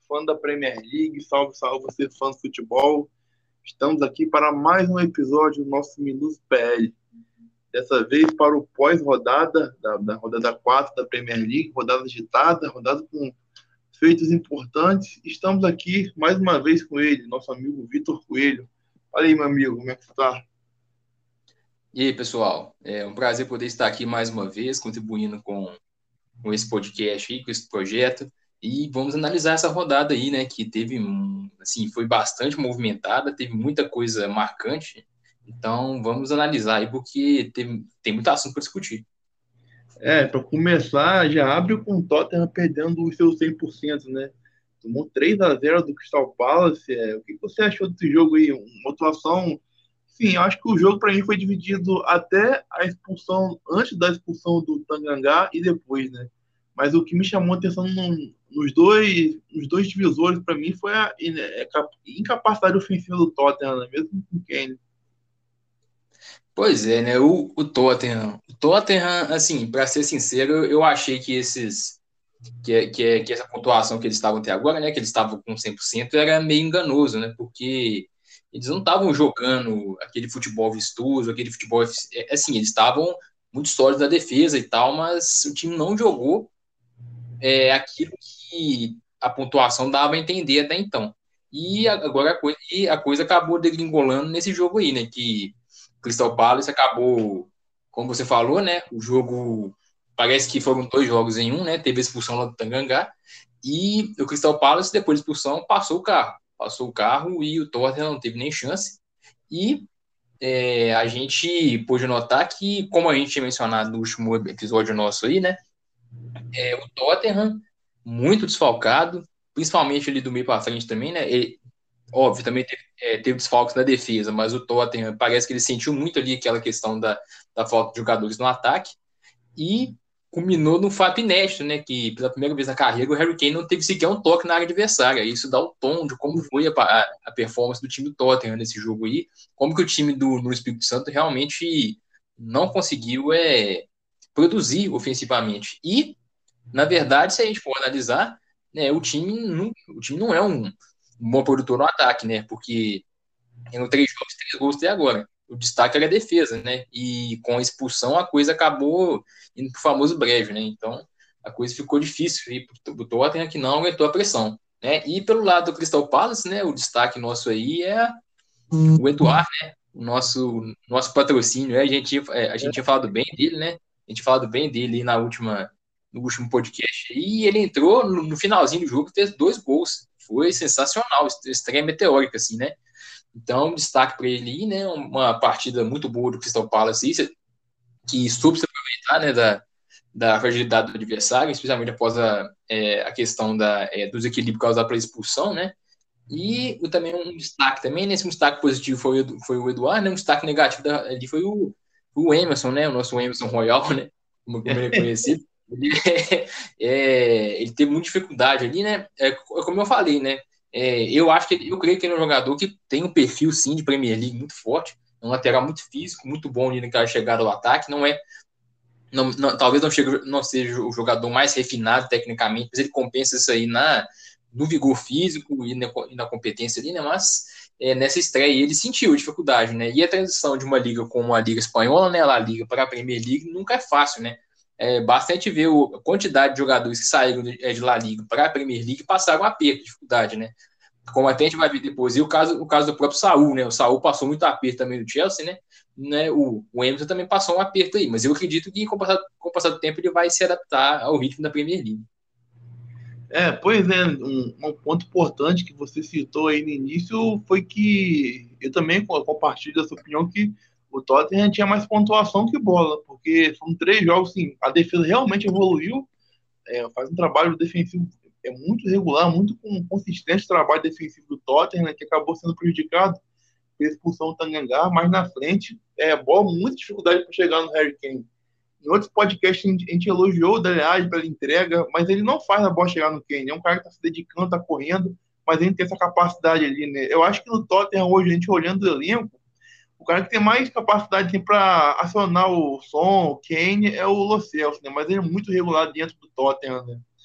fã da Premier League, salve, salve você, fã do futebol. Estamos aqui para mais um episódio do nosso Minuto PL. Dessa vez para o pós-rodada, da rodada 4 da Premier League, rodada agitada, rodada com feitos importantes. Estamos aqui mais uma vez com ele, nosso amigo Vitor Coelho. Fala aí, meu amigo, como é que você está? E aí, pessoal, é um prazer poder estar aqui mais uma vez, contribuindo com esse podcast aí, com esse projeto, e vamos analisar essa rodada aí, né, que teve, assim, foi bastante movimentada, teve muita coisa marcante, então vamos analisar aí, porque tem muito assunto para discutir. Para começar, já abre com o Tottenham perdendo os seus 100%, né? Tomou 3-0 do Crystal Palace. O que você achou desse jogo aí? Uma atuação. Sim, eu acho que o jogo para mim foi dividido até a expulsão, antes da expulsão do Tanganga e depois, né? Mas o que me chamou a atenção nos dois divisores para mim foi a incapacidade ofensiva do Tottenham, né? Mesmo com o Kane. Pois é, né, o Tottenham, assim, para ser sincero, eu achei que que essa pontuação que eles estavam até agora, né, que eles estavam com 100%, era meio enganoso, né, porque eles não estavam jogando aquele futebol vistoso, aquele futebol, assim, eles estavam muito sólidos na defesa e tal, mas o time não jogou aquilo que a pontuação dava a entender até então. Agora a coisa acabou degringolando nesse jogo aí, né, que o Crystal Palace acabou, como você falou, né, o jogo parece que foram dois jogos em um, né, teve a expulsão lá do Tanganga, e o Crystal Palace, depois da expulsão, passou o carro e o Tottenham não teve nem chance, e a gente pôde notar que, como a gente tinha mencionado no último episódio nosso aí, né, o Tottenham muito desfalcado, principalmente ali do meio para frente também, né? Ele, óbvio, também teve desfalques na defesa, mas o Tottenham parece que ele sentiu muito ali aquela questão da falta de jogadores no ataque e culminou no fato inédito, né? Que pela primeira vez na carreira o Harry Kane não teve sequer um toque na área adversária. Isso dá o tom de como foi a performance do time do Tottenham nesse jogo aí, como que o time no Espírito Santo realmente não conseguiu produzir ofensivamente. E na verdade, se a gente for analisar, né, o time não é um bom produtor no ataque, né? Porque em 3 jogos, 3 gols até agora. O destaque era a defesa, né? E com a expulsão a coisa acabou indo pro famoso breve, né? Então a coisa ficou difícil e o Tottenham que não aguentou a pressão, né? E pelo lado do Crystal Palace, né? O destaque nosso aí é o Eduard, né? O nosso patrocínio, né? A gente tinha falado bem dele, né? A gente falado bem dele no último podcast. E ele entrou no finalzinho do jogo, fez 2 gols. Foi sensacional, estreia meteórica, assim, né? Então, destaque para ele aí, né? Uma partida muito boa do Crystal Palace, que soube se aproveitar, né? Da fragilidade do adversário, especialmente após a questão do desequilíbrio causado pela expulsão, né? E também um destaque também, nesse destaque positivo foi o Eduardo, né? Um destaque negativo ali foi o Emerson, né? O nosso Emerson Royal, né? Como ele é conhecido. Ele, ele teve muita dificuldade ali, né? Como eu falei, né? Eu creio que ele é um jogador que tem um perfil, sim, de Premier League muito forte, um lateral muito físico, muito bom ali naquela chegada ao ataque. Talvez não seja o jogador mais refinado tecnicamente, mas ele compensa isso aí no vigor físico e na competência ali, né? Mas nessa estreia ele sentiu dificuldade, né? E a transição de uma liga como a Liga Espanhola, né? A La Liga para a Premier League nunca é fácil, né? Basta a gente ver a quantidade de jogadores que saíram de La Liga para a Premier League e passaram aperto, dificuldade, né? Como até a gente vai ver depois. E o caso do próprio Saúl, né? O Saúl passou muito aperto também do Chelsea, né? O Emerson também passou um aperto aí, mas eu acredito que com o passar do tempo ele vai se adaptar ao ritmo da Premier League. Pois é, um ponto importante que você citou aí no início foi que eu também compartilho dessa opinião que o Tottenham tinha mais pontuação que bola, porque são 3 jogos, sim, a defesa realmente evoluiu, faz um trabalho defensivo muito regular, muito consistente o trabalho defensivo do Tottenham, né, que acabou sendo prejudicado pela expulsão do Tanganga, mas na frente, bola, muita dificuldade para chegar no Harry Kane. Em outros podcasts, a gente elogiou o Dele Alli pela entrega, mas ele não faz a bola chegar no Kane. É um cara que está se dedicando, está correndo, mas ele tem essa capacidade ali, né? Eu acho que no Tottenham hoje, a gente olhando o elenco, o cara que tem mais capacidade assim, para acionar o som, o Kane, é o Lo Celso, né? Mas ele é muito regular dentro do Tottenham, né?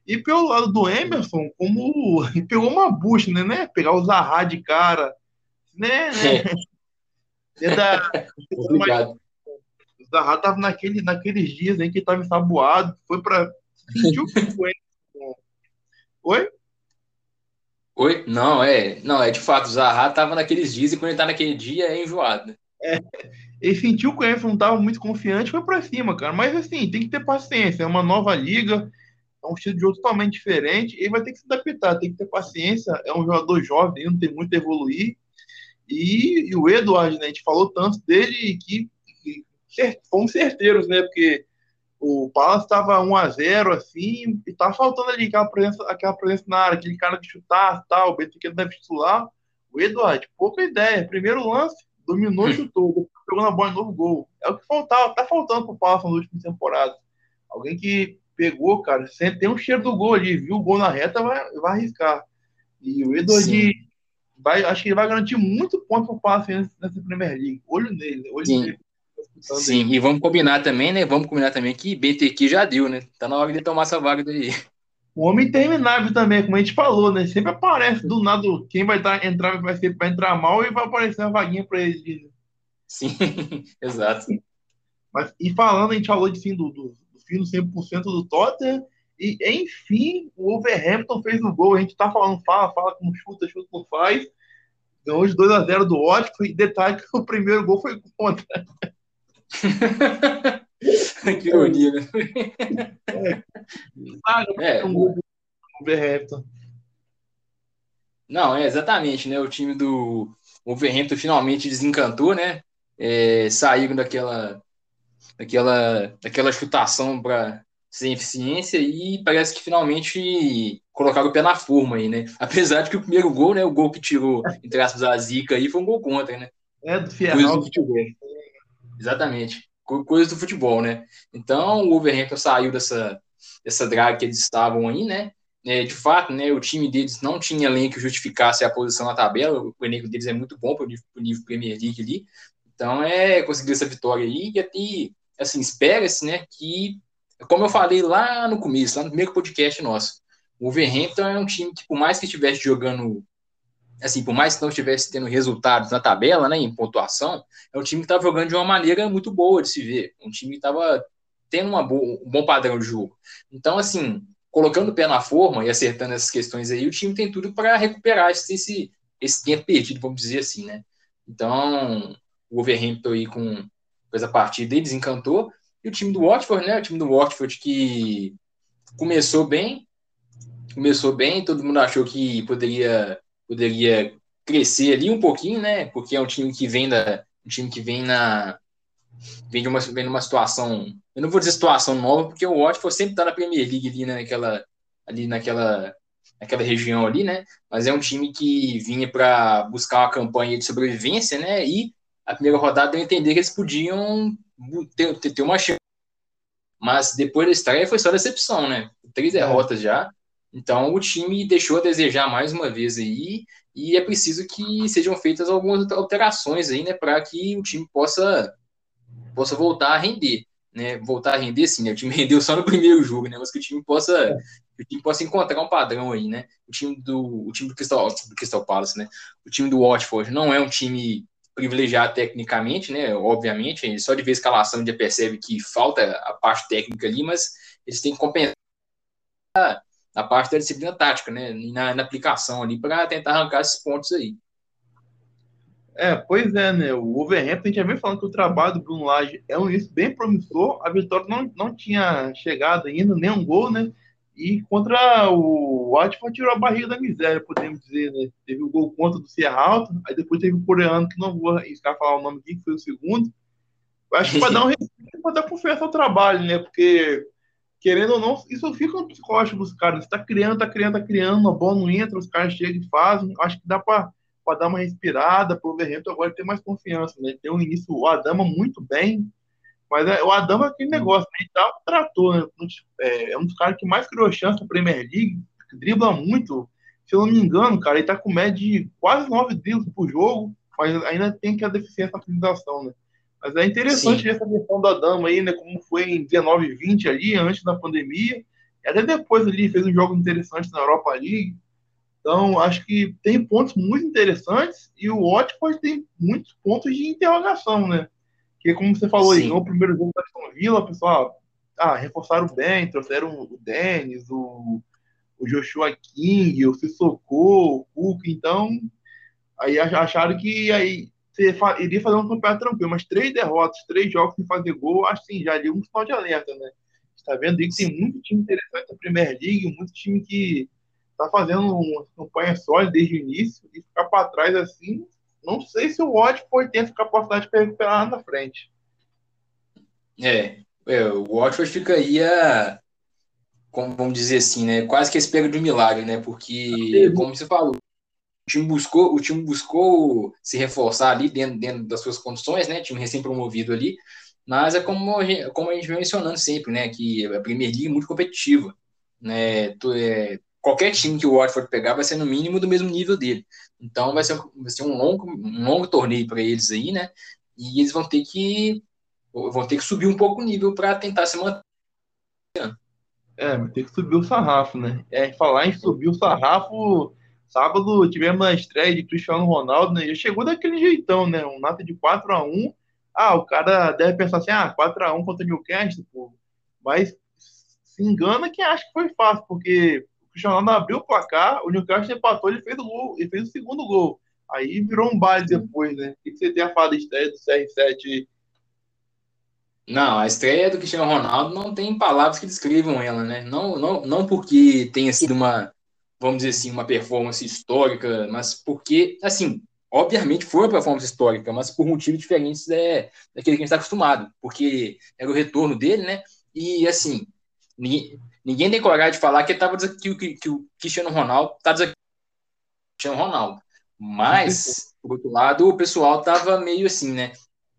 E pelo lado do Emerson, como pegou uma bucha, né? Pegar o Zaha de cara, né? É, É da, obrigado. o Zaha tava naqueles dias em que tava ensaboado, foi para sentiu que o Emerson. Oi? Oi? Não, é de fato, o Zaha tava naqueles dias e quando ele tá naquele dia é enjoado, né? Ele sentiu que o Emerson não estava muito confiante, foi para cima, cara. Mas assim, tem que ter paciência. É uma nova liga, é um estilo de jogo totalmente diferente. Ele vai ter que se adaptar, tem que ter paciência. É um jogador jovem, não tem muito a evoluir. E o Eduardo, né? A gente falou tanto dele que fomos certeiros, né? Porque o Palace estava 1-0 assim, e tá faltando ali aquela presença na área, aquele cara de chutar, tal, o Benfica deve titular. O Eduardo, pouca ideia. Primeiro lance, dominou, chutou, pegou na bola, novo gol. É o que faltava, tá faltando pro Palace nas últimas temporadas. Alguém que pegou, cara, tem um cheiro do gol ali, viu o gol na reta, vai arriscar. E o Edward Sim, acho que ele vai garantir muito ponto pro Palace nessa Premier League. Olho sim, nele, tá escutando sim. aí. E vamos combinar também, né? Vamos combinar também que BTQ já deu, né? Tá na hora de tomar essa vaga daí. O homem interminável também, como a gente falou, né? Sempre aparece do nada quem entrar vai entrar mal e vai aparecer uma vaguinha para ele. Sim, exato. Mas e falando, a gente falou de do fim do 100% do Tottenham e enfim, o Wolverhampton fez o gol. A gente tá falando, fala como chuta, chuta como faz. Ganhou de 2-0 do Watford. E detalhe que o primeiro gol foi contra. Que ironia, né? Saga pra ter É, um gol do Wolverhampton. não, é exatamente, né? O time do Wolverhampton finalmente desencantou, né? Saíram daquela chutação para sem eficiência e parece que finalmente colocaram o pé na forma aí, né? Apesar de que o primeiro gol, né? O gol que tirou, entre aspas, a zica aí foi um gol contra, né? É, do Coisas do Fierral. futebol. Exatamente. Coisas do futebol, né? Então, o Wolverhampton saiu dessa draga que eles estavam aí, né? De fato, né, o time deles não tinha elenco que justificasse a posição na tabela. O elenco deles é muito bom para o nível Premier League ali. Então, conseguir essa vitória aí e até, assim, espera-se, né, que, como eu falei lá no começo, lá no primeiro podcast nosso, o Wolverhampton é um time que, por mais que estivesse jogando assim, por mais que não estivesse tendo resultados na tabela, né, em pontuação, é um time que estava jogando de uma maneira muito boa de se ver. Um time que estava tendo um bom padrão de jogo. Então, assim, colocando o pé na forma e acertando essas questões aí, o time tem tudo para recuperar esse tempo perdido, vamos dizer assim, né? Então, o Wolverhampton aí com essa partida aí desencantou. E o time do Watford, né? O time do Watford que começou bem, todo mundo achou que poderia crescer ali um pouquinho, né? Porque é um time que um time que vem numa situação, eu não vou dizer situação nova, porque o Watford sempre está na Premier League ali, né, naquela região ali, né? Mas é um time que vinha para buscar uma campanha de sobrevivência, né? E a primeira rodada deu a entender que eles podiam ter uma chance, mas depois da estreia foi só decepção, né? 3 derrotas já. Então o time deixou a desejar mais uma vez aí, e é preciso que sejam feitas algumas alterações aí, né, para que o time possa voltar a render, né? Voltar a render, sim, né? O time rendeu só no primeiro jogo, né? Mas que o time possa encontrar um padrão aí, né? O time do Crystal Palace, né? O time do Watford não é um time privilegiado tecnicamente, né? Obviamente, só de ver a escalação já percebe que falta a parte técnica ali, mas eles têm que compensar a parte da disciplina tática, né? Na aplicação ali para tentar arrancar esses pontos aí. Pois é, né? O Wolverhampton, a gente já vem falando que o trabalho do Bruno Lage é um início bem promissor. A vitória não tinha chegado ainda, nem um gol, né? E contra o Watford tirou a barriga da miséria, podemos dizer, né? Teve o gol contra do Sierra Alto, aí depois teve o coreano, que não vou arriscar falar o nome aqui, que foi o segundo. Eu acho que para dar um respeito, para dar confiança ao trabalho, né? Porque, querendo ou não, isso fica no psicológico dos caras. Você tá criando, a bola não entra, os caras chegam e fazem. Acho que dá para dar uma respirada para o Overhampton agora ter mais confiança, né? Tem um início, o Adama muito bem, mas o Adama é aquele negócio, né? Ele tratou, né? É um dos caras que mais criou chance na Premier League, que dribla muito. Se eu não me engano, cara, ele tá com média de quase 9 dribles por jogo, mas ainda tem que a deficiência na finalização, né? Mas é interessante Sim, essa versão da Dama aí, né? Como foi em 19 e 20 ali, antes da pandemia. Até depois ali fez um jogo interessante na Europa League. Então, acho que tem pontos muito interessantes e o Watford tem muitos pontos de interrogação, né? Porque, como você falou, ele ganhou Sim. o primeiro jogo da Aston Villa, o pessoal, reforçaram bem, trouxeram o Dennis, o Joshua King, o Sissoko, o Cook, então, aí acharam que aí você iria fazer um campeonato tranquilo, mas 3 derrotas, 3 jogos sem fazer gol, acho que sim, já liga um sinal de alerta, né? Está vendo aí que tem muito time interessante na Premier League, muito time que está fazendo uma campanha sólida desde o início e ficar para trás assim, não sei se o Watford tem essa capacidade para recuperar lá na frente. O Watford fica aí como vamos dizer assim, né? Quase que a espera de um milagre, né? Porque, como você falou, o time buscou se reforçar ali dentro das suas condições, né? Time recém-promovido ali, mas é como a gente vem mencionando sempre, né? Que a Premier League é muito competitiva, né? Qualquer time que o Watford pegar vai ser no mínimo do mesmo nível dele. Então vai ser um longo torneio para eles aí, né? E eles vão ter que subir um pouco o nível para tentar se manter. Vai ter que subir o sarrafo, né? Falar em subir o sarrafo, sábado tivemos a estreia de Cristiano Ronaldo, né? Já chegou daquele jeitão, né? Um nata de 4-1. O cara deve pensar assim, 4-1 contra o Newcastle, pô. Mas se engana quem acha que foi fácil, porque o Cristiano Ronaldo abriu o placar, o Newcastle empatou, ele fez o gol, ele fez o segundo gol. Aí virou um baile depois, né? O que você tem a falar da estreia do CR7? Não, a estreia do Cristiano Ronaldo não tem palavras que descrevam ela, né? Não, não, não porque tenha sido vamos dizer assim, uma performance histórica, mas porque, assim, obviamente foi uma performance histórica, mas por motivos diferentes daquele que a gente está acostumado, porque era o retorno dele, né? E, assim, ninguém tem coragem de falar que o Cristiano Ronaldo está desafiando o Cristiano Ronaldo. Com certeza. Mas, por outro lado, o pessoal tava meio assim, né?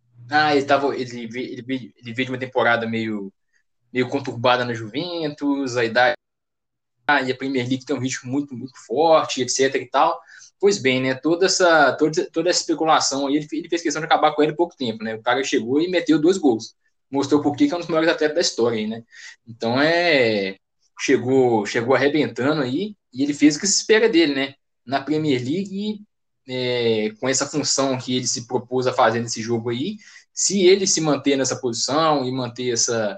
Ele veio de uma temporada meio conturbada na Juventus, a idade e a Premier League tem um ritmo muito, muito forte, etc e tal. Pois bem, né, toda essa especulação aí, ele fez questão de acabar com ele em pouco tempo, né? O cara chegou e meteu 2 gols. Mostrou por que é um dos maiores atletas da história aí, né? Então chegou arrebentando aí e ele fez o que se espera dele, né? Na Premier League, com essa função que ele se propôs a fazer nesse jogo aí, se ele se manter nessa posição e manter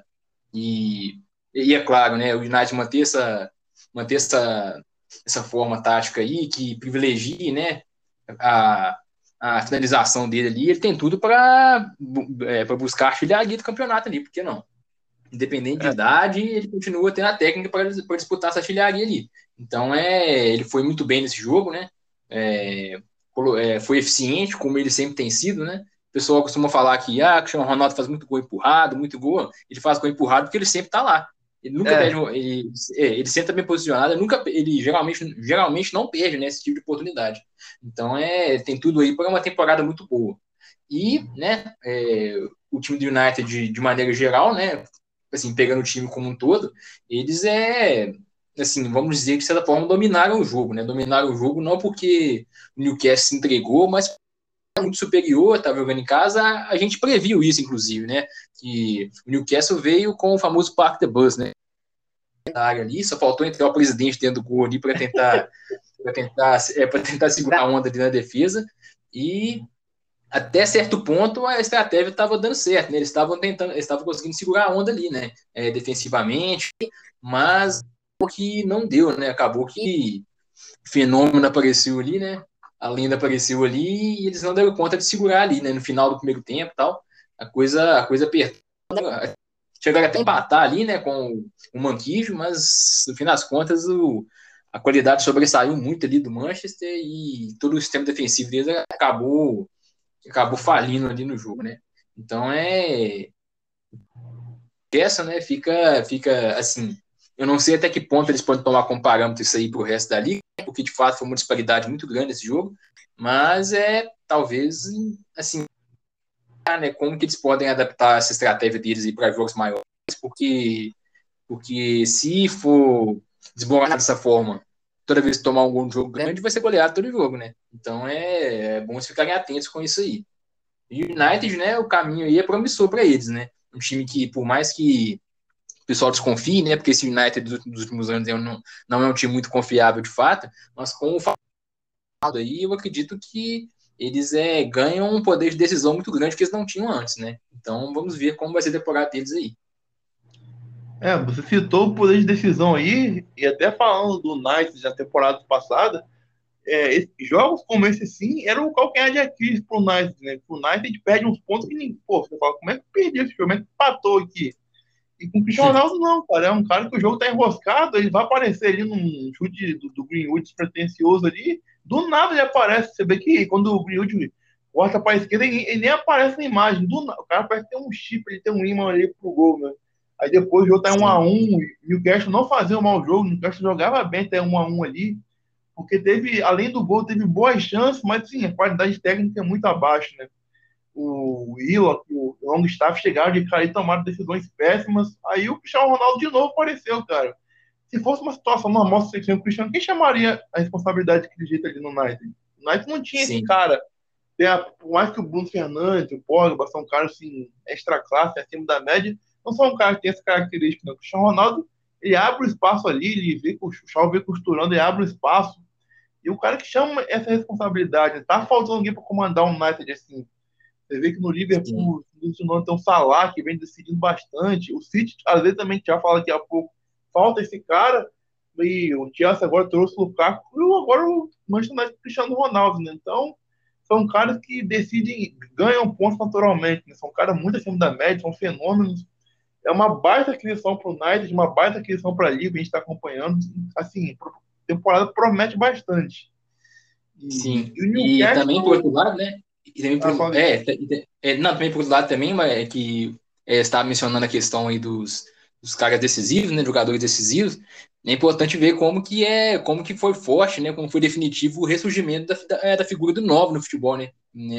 e é claro, né, o United manter essa forma tática aí que privilegie, né, a, a finalização dele ali, ele tem tudo para buscar a artilharia do campeonato ali, por que não? Independente de É, idade, ele continua tendo a técnica para disputar essa artilharia ali. Então, ele foi muito bem nesse jogo, né? É, foi eficiente, como ele sempre tem sido, né? O pessoal costuma falar que o Cristiano Ronaldo faz muito gol empurrado, muito gol. Ele faz gol empurrado porque ele sempre está lá. Ele nunca perde, é, ele sempre está bem posicionado, ele geralmente não perde, né, esse tipo de oportunidade. Então, tem tudo aí para uma temporada muito boa. E, né, o time do United, de maneira geral, né, assim, pegando o time como um todo, eles assim, vamos dizer que de certa forma dominaram o jogo, né? Dominaram o jogo não porque o Newcastle se entregou, mas muito superior, estava jogando em casa, a gente previu isso, inclusive, né? Que o Newcastle veio com o famoso Park the Bus, né? Na área ali, só faltou entrar o presidente dentro do gol ali para tentar segurar a onda ali na defesa. E até certo ponto a estratégia estava dando certo, né? Eles estavam conseguindo segurar a onda ali, né? Defensivamente, mas o que não deu, né? Acabou que o fenômeno apareceu ali, né? A lenda apareceu ali e eles não deram conta de segurar ali, né? No final do primeiro tempo e tal, a coisa apertou. Chegaram até a empatar ali, né? Com o Manquillo, mas no fim das contas a qualidade sobressaiu muito ali do Manchester e todo o sistema defensivo deles acabou falindo ali no jogo, né? Então essa, né? Fica assim. Eu não sei até que ponto eles podem tomar como parâmetro isso aí para o resto da liga, porque de fato foi uma disparidade muito grande esse jogo, mas talvez assim, né? Como que eles podem adaptar essa estratégia deles para jogos maiores, porque se for desboronar dessa forma, toda vez que tomar um gol no jogo grande, vai ser goleado todo jogo, né? Então é bom eles ficarem atentos com isso aí. United, né, o caminho aí é promissor para eles, né? Um time que, por mais que pessoal desconfie, né? Porque esse United dos últimos anos não é um time muito confiável de fato, mas com o aí, eu acredito que eles ganham um poder de decisão muito grande que eles não tinham antes, né? Então, vamos ver como vai ser a temporada deles aí. Você citou o poder de decisão aí, e até falando do Knights da temporada passada, jogos como esse sim eram o calcanhar de Aquiles pro Knights, né? O Knights perde uns pontos que nem, pô, você fala, como é que perdeu esse jogo? Como é que empatou aqui? E com o Cristiano Ronaldo não, cara, é um cara que o jogo tá enroscado, ele vai aparecer ali num chute do Greenwood despretensioso ali, do nada ele aparece, você vê que quando o Greenwood corta pra esquerda, ele nem aparece na imagem, o cara parece que tem um chip, ele tem um imã ali pro gol, né? Aí depois o jogo tá em 1-1, e o Newcastle não fazia um mau jogo, o Newcastle jogava bem até 1-1 ali, porque teve, além do gol, teve boas chances, mas sim, a qualidade técnica é muito abaixo, né? O Willock, o Longstaff chegaram de cara e tomaram decisões péssimas. Aí o Cristiano Ronaldo de novo apareceu, cara. Se fosse uma situação normal, se tinha o Cristiano, quem chamaria a responsabilidade daquele jeito ali no United? O United não tinha esse cara. Por mais que o Bruno Fernandes, o Pogba, são caras assim, extra classe, acima da média, não são um cara que tem essa característica. Não. O Cristiano Ronaldo, ele abre o espaço ali, ele vê que o Shaw vê costurando, ele abre o espaço. E o cara que chama essa responsabilidade, tá faltando alguém para comandar um United assim. Você vê que no Liverpool não tem um Salah que vem decidindo bastante. O City, às vezes, também já fala daqui a pouco, falta esse cara. E o Chelsea agora trouxe o Lukaku e agora o Manchester United Cristiano Ronaldo, né? Então, são caras que decidem, ganham pontos naturalmente, né? São caras muito acima da média, são fenômenos. É uma baita aquisição para o United, uma baita aquisição para a Liga, a gente está acompanhando. Assim, a temporada promete bastante. Sim. E o E Newcastle... também, por outro lado, né? E também não, também por outro lado também, mas é que você estava mencionando a questão aí dos caras decisivos, né? Jogadores decisivos. É importante ver como que foi forte, né? Como foi definitivo o ressurgimento da figura do 9 no futebol, né?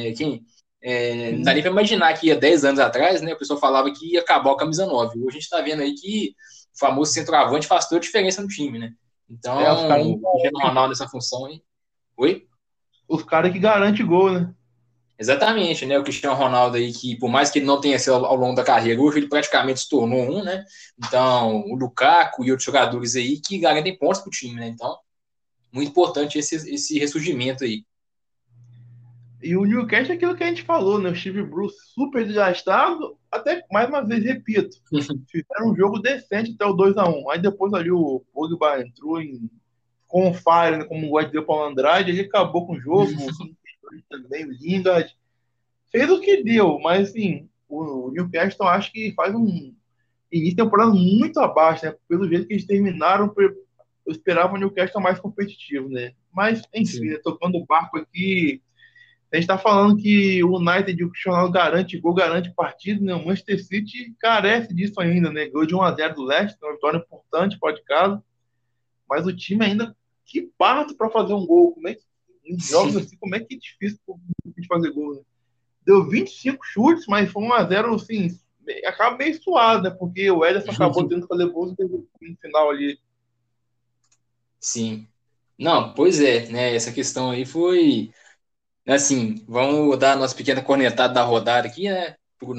Não dá nem para imaginar que há 10 anos atrás, né? O pessoal falava que ia acabar a camisa 9. Hoje a gente está vendo aí que o famoso centroavante faz toda a diferença no time, né? os caras Então, o Cristiano Ronaldo nessa função aí. Oi? Os caras que garantem gol, né? Exatamente, né? O Cristiano Ronaldo aí, que por mais que ele não tenha sido ao longo da carreira, hoje ele praticamente se tornou um, né? Então, o Lukaku e outros jogadores aí que garantem pontos pro time, né? Então, muito importante esse ressurgimento aí. E o Newcastle é aquilo que a gente falou, né? O Steve Bruce super desgastado, até mais uma vez, repito, fizeram um jogo decente até o 2-1. Aí depois ali o Pogba entrou com fire, né? Como o Guardiola Paulo Andrade, ele acabou com o jogo, também o Lingard. Fez o que deu, mas assim, o Newcastle acho que faz um início de temporada muito abaixo, né? Pelo jeito que eles terminaram, eu esperava o Newcastle mais competitivo, né? Mas, enfim, né? Tocando o barco aqui, a gente está falando que o United, o Cristiano Ronaldo garante gol, garante partido, né? O Manchester City carece disso ainda, né? Gol de 1-0 do Leicester, uma vitória importante, pode caso, mas o time ainda que parto para fazer um gol. Como é que, em jogos assim, como é que é difícil de fazer gol, né? Deu 25 chutes, mas foi 1-0, assim, acaba meio suado, né? Porque o Ederson acabou tendo que fazer gols no final ali. Sim. Não, pois é, né? Essa questão aí foi assim, vamos dar a nossa pequena cornetada da rodada aqui, né? Pro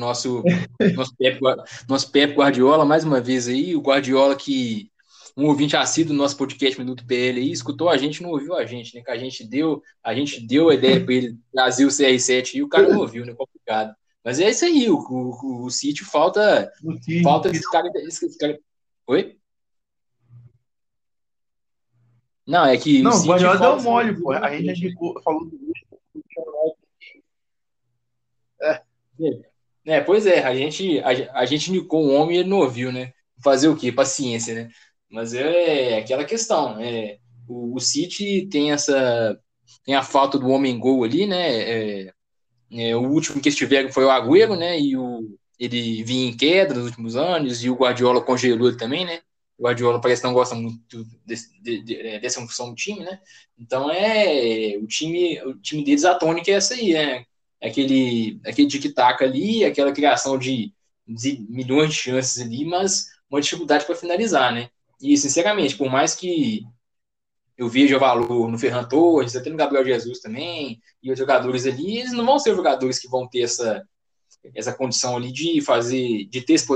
nosso Pep Guardiola, mais uma vez aí, o Guardiola que um ouvinte assíduo do nosso podcast Minuto PL aí, escutou a gente, não ouviu a gente, né? Que a gente deu a ideia para ele trazer o CR7 e o cara não ouviu, né? Complicado. Mas é isso aí, o City falta esse cara. Oi? Não, é que o Não, o City Guardiola deu falta mole, pô. A gente já falou do é, Pois é, a gente indicou um homem e ele não ouviu, né? Fazer o quê? Paciência, né? Mas é aquela questão, o City tem a falta do homem gol ali, né? O último que eles tiveram foi o Agüero, né? Ele vinha em queda nos últimos anos e o Guardiola congelou ele também, né? O Guardiola parece que não gosta muito dessa função do time, né? Então o time deles, a tônica é essa aí, né? Aquele tic-tac ali, aquela criação de milhões de chances ali, mas uma dificuldade para finalizar, né? E, sinceramente, por mais que eu veja valor no Ferran Torres, até no Gabriel Jesus também, e os jogadores ali, eles não vão ser jogadores que vão ter essa condição ali de fazer, de ter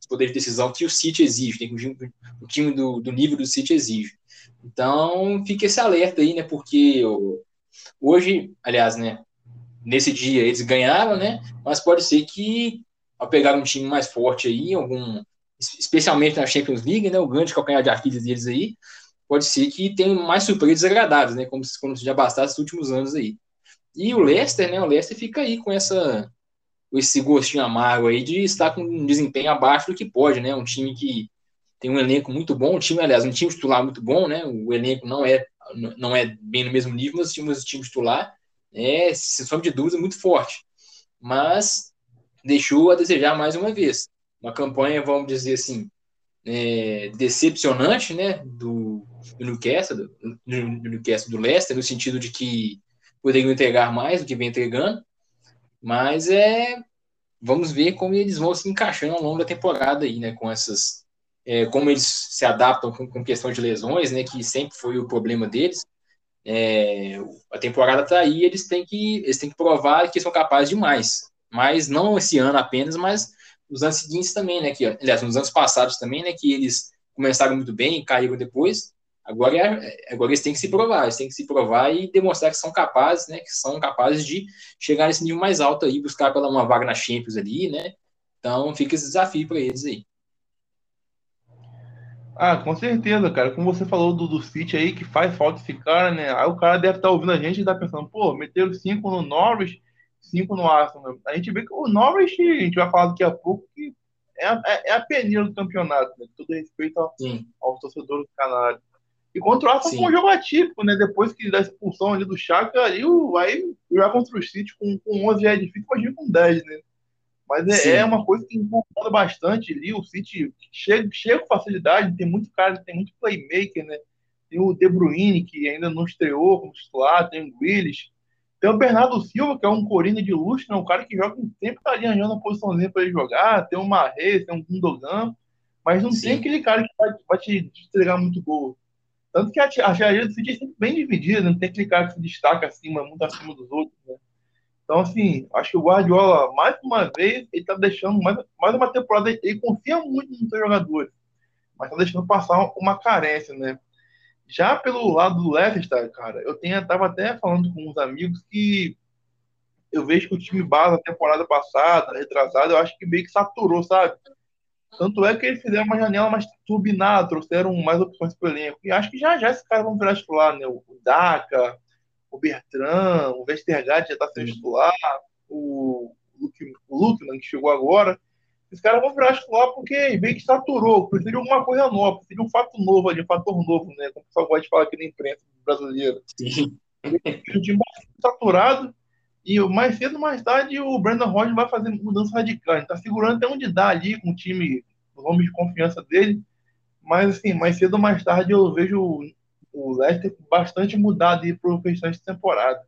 poder de decisão que o City exige, né, que o time do nível do City exige. Então, fica esse alerta aí, né? Porque hoje, aliás, né? Nesse dia eles ganharam, né? Mas pode ser que, ao pegar um time mais forte aí, especialmente na Champions League, né? O grande calcanhar de Aquiles deles aí, pode ser que tenha mais surpresas agradáveis, né? Como já bastasse nos últimos anos aí. E o Leicester, né? O Leicester fica aí com esse gostinho amargo aí de estar com um desempenho abaixo do que pode, né? Um time que tem um elenco muito bom, um time titular muito bom, né? O elenco não é bem no mesmo nível, mas o time titular sem sombra de dúvida, muito forte. Mas deixou a desejar mais uma vez. Uma campanha, vamos dizer assim, decepcionante, né? Do Newcastle, do Leicester, no sentido de que poderiam entregar mais do que vem entregando, mas vamos ver como eles vão se encaixando ao longo da temporada aí, né? Com essas como eles se adaptam com questão de lesões, né, que sempre foi o problema deles. A temporada está aí, eles têm que provar que são capazes de mais. Mas não esse ano apenas, mas nos anos seguintes também, né? Aliás, nos anos passados também, né? Que eles começaram muito bem e caíram depois. Agora eles têm que se provar e demonstrar que são capazes, né? Que são capazes de chegar nesse nível mais alto aí, buscar uma vaga na Champions ali, né? Então fica esse desafio para eles aí. Ah, com certeza, cara. Como você falou do City aí, que faz falta esse cara, né? Aí o cara deve estar ouvindo a gente e tá pensando, pô, meteram 5 no Norwich, 5 no Arsenal. A gente vê que o Norwich, a gente vai falar daqui a pouco, que é a peneira do campeonato, né? Com todo respeito ao torcedor do Canário. E contra o Arsenal foi um jogo atípico, né? Depois que da expulsão ali do Xhaka, aí jogar contra o City com 11 já é difícil, imagina com 10, né? Mas é uma coisa que incomoda bastante ali. O City chega com facilidade, tem muito cara, tem muito playmaker, né? Tem o De Bruyne, que ainda não estreou como titular, tem o Grealish. Tem o Bernardo Silva, que é um Corinthians de luxo, né? Um cara que joga sempre tá ali arranjando uma posiçãozinha para ele jogar. Tem o Mahrez, tem o Gundogan, mas não tem aquele cara que vai te entregar muito gol. Tanto que a artilharia do City é sempre bem dividida, não tem aquele cara que se destaca acima, muito acima dos outros, né? Então, assim, acho que o Guardiola, mais uma vez, ele tá deixando mais uma temporada. Ele confia muito nos seus jogadores, mas tá deixando passar uma carência, né? Já pelo lado do Leicester, cara, tava até falando com uns amigos que eu vejo que o time base da temporada passada, retrasada, eu acho que meio que saturou, sabe? Tanto é que eles fizeram uma janela mais turbinada, trouxeram mais opções para o elenco. E acho que já esses caras vão virar titular, né? O Daka, o Bertrand, o Vestergaard já está sendo titular, o Lukman, que chegou agora. Esses caras vão virar titular porque meio que saturou, precisa de alguma coisa nova, precisa de um fato novo ali, um fator novo, né? Como o pessoal gosta de falar aqui na imprensa brasileira. Sim. Um time saturado, e mais cedo ou mais tarde o Brandon Rodgers vai fazer mudança radical. Ele tá segurando até onde dá ali com o time, os homens de confiança dele. Mas assim, mais cedo ou mais tarde eu vejo o Leicester bastante mudado aí pro restante de temporada.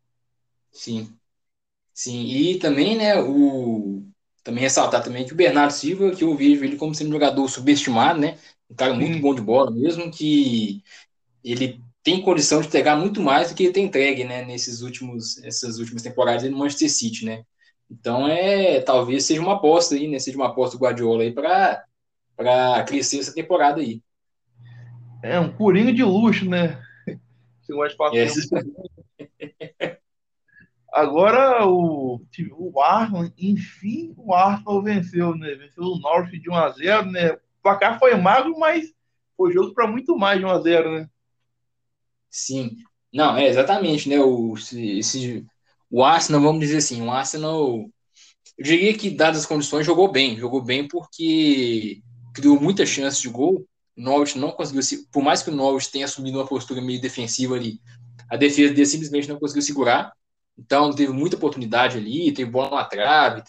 Sim. Sim. E também, né, também ressaltar também que o Bernardo Silva, que eu vejo ele como sendo um jogador subestimado, né? Um cara muito bom de bola mesmo, que ele tem condição de pegar muito mais do que ele tem entregue, né, essas últimas temporadas no Manchester City, né? Então, talvez seja uma aposta aí, né? Seja uma aposta do Guardiola aí para crescer essa temporada aí. É um coringa de luxo, né? Você gosta de falar assim, Agora o Arsenal, enfim, o Arsenal venceu, né? Venceu o Norwich de 1-0, né? O placar foi magro, mas foi jogo para muito mais de 1-0, né? Sim. Não, exatamente, né? O Arsenal, vamos dizer assim, o Arsenal, eu diria que, dadas as condições, jogou bem porque criou muitas chances de gol. O Norwich não conseguiu, por mais que o Norwich tenha assumido uma postura meio defensiva ali, a defesa dele simplesmente não conseguiu segurar. Então, teve muita oportunidade ali, teve bola na trave,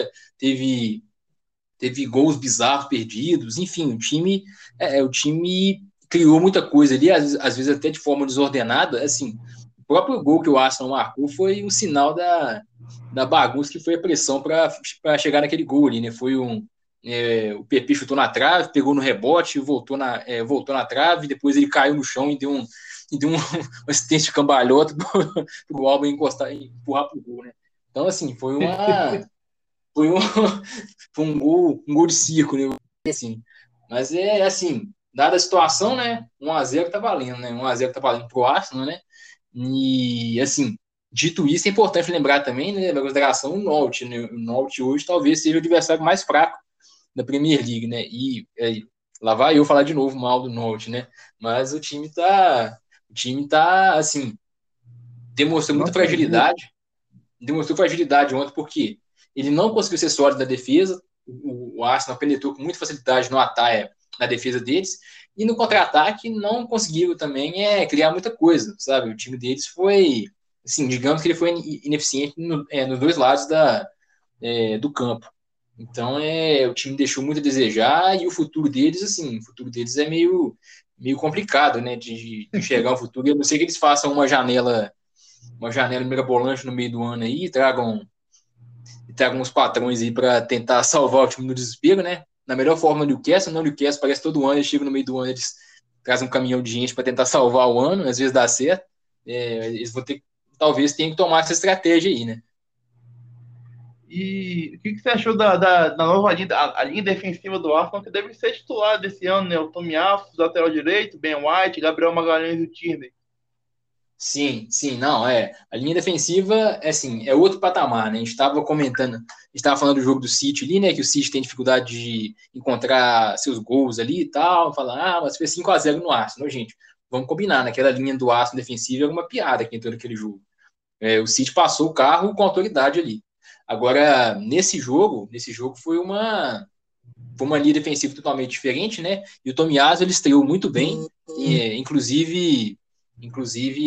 teve gols bizarros perdidos, enfim, o time criou muita coisa ali, às vezes até de forma desordenada, assim, o próprio gol que o Arsenal marcou foi um sinal da bagunça que foi a pressão para chegar naquele gol ali, né? O PP chutou na trave, pegou no rebote, voltou na trave, depois ele caiu no chão e deu um assistência de cambalhota para o Alba empurrar pro gol, né? Então, assim, foi foi um, foi um gol de circo, né? Assim. Mas é assim, dada a situação, né? 1-0 tá valendo, né? 1-0 tá valendo pro Arsenal, né? E assim, dito isso, é importante lembrar também, né, da consideração o Norwich, né? O Norwich hoje talvez seja o adversário mais fraco da Premier League, né? E lá vai eu falar de novo mal do Norwich, né? Mas o time tá assim, demonstrou Não muita acredito. fragilidade, demonstrou fragilidade ontem porque ele não conseguiu ser sólido na defesa, o Arsenal penetrou com muita facilidade no ataque, na defesa deles, e no contra-ataque não conseguiram também criar muita coisa, sabe? O time deles foi, assim, digamos que ele foi ineficiente nos dois lados do campo. Então, o time deixou muito a desejar e o futuro deles, assim, o futuro deles é meio complicado, né, de enxergar o futuro. Eu não sei que eles façam uma janela mirabolante no meio do ano aí, tragam uns patrões aí para tentar salvar o time do desespero, né? Na melhor forma do Newcastle, não, o Newcastle parece que todo ano eles chegam no meio do ano, eles trazem um caminhão de gente para tentar salvar o ano, às vezes dá certo. Eles vão ter, talvez tenham que tomar essa estratégia aí, né? E o que você achou da nova linha, a linha defensiva do Arsenal, que deve ser titular desse ano, né? O Tomiyasu, lateral direito, Ben White, Gabriel Magalhães e o Tierney. Sim, sim, não, a linha defensiva, assim, é outro patamar, né, a gente estava comentando, a gente estava falando do jogo do City ali, né, que o City tem dificuldade de encontrar seus gols ali e tal, falar, mas foi 5-0 no Arsenal, gente, vamos combinar, naquela linha do Arsenal defensiva era uma piada que entrou naquele jogo, o City passou o carro com autoridade ali, agora, nesse jogo foi uma linha defensiva totalmente diferente, né? E o Tomiyasu ele estreou muito bem, inclusive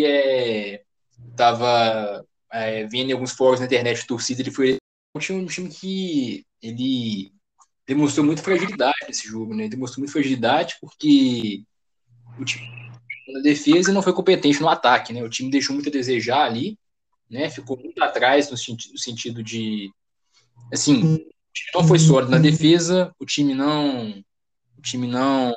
tava vendo em alguns fóruns na internet de torcida, ele foi um time que ele demonstrou muita fragilidade nesse jogo, né? Ele demonstrou muita fragilidade porque o time na defesa não foi competente no ataque, né? O time deixou muito a desejar ali, né? Ficou muito atrás no sentido de, assim, o time não foi sólido na defesa, o time não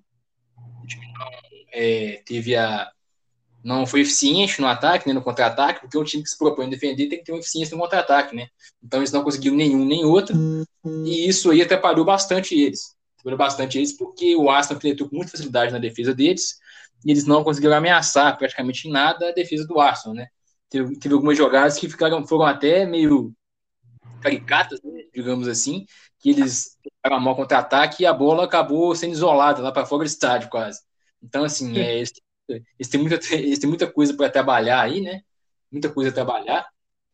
teve não foi eficiente no ataque, né, no contra-ataque, porque um time que se propõe a defender tem que ter uma eficiência no contra-ataque, né? Então eles não conseguiram nenhum nem outro, e isso aí atrapalhou bastante eles. Atrapalhou bastante eles porque o Arsenal penetrou com muita facilidade na defesa deles, e eles não conseguiram ameaçar praticamente em nada a defesa do Arsenal, né? Teve algumas jogadas que foram até meio caricatas, né, digamos assim, que eles ficaram mal contra-ataque e a bola acabou sendo isolada lá para fora do estádio quase. Então, assim, eles têm muita coisa para trabalhar aí, né? Muita coisa a trabalhar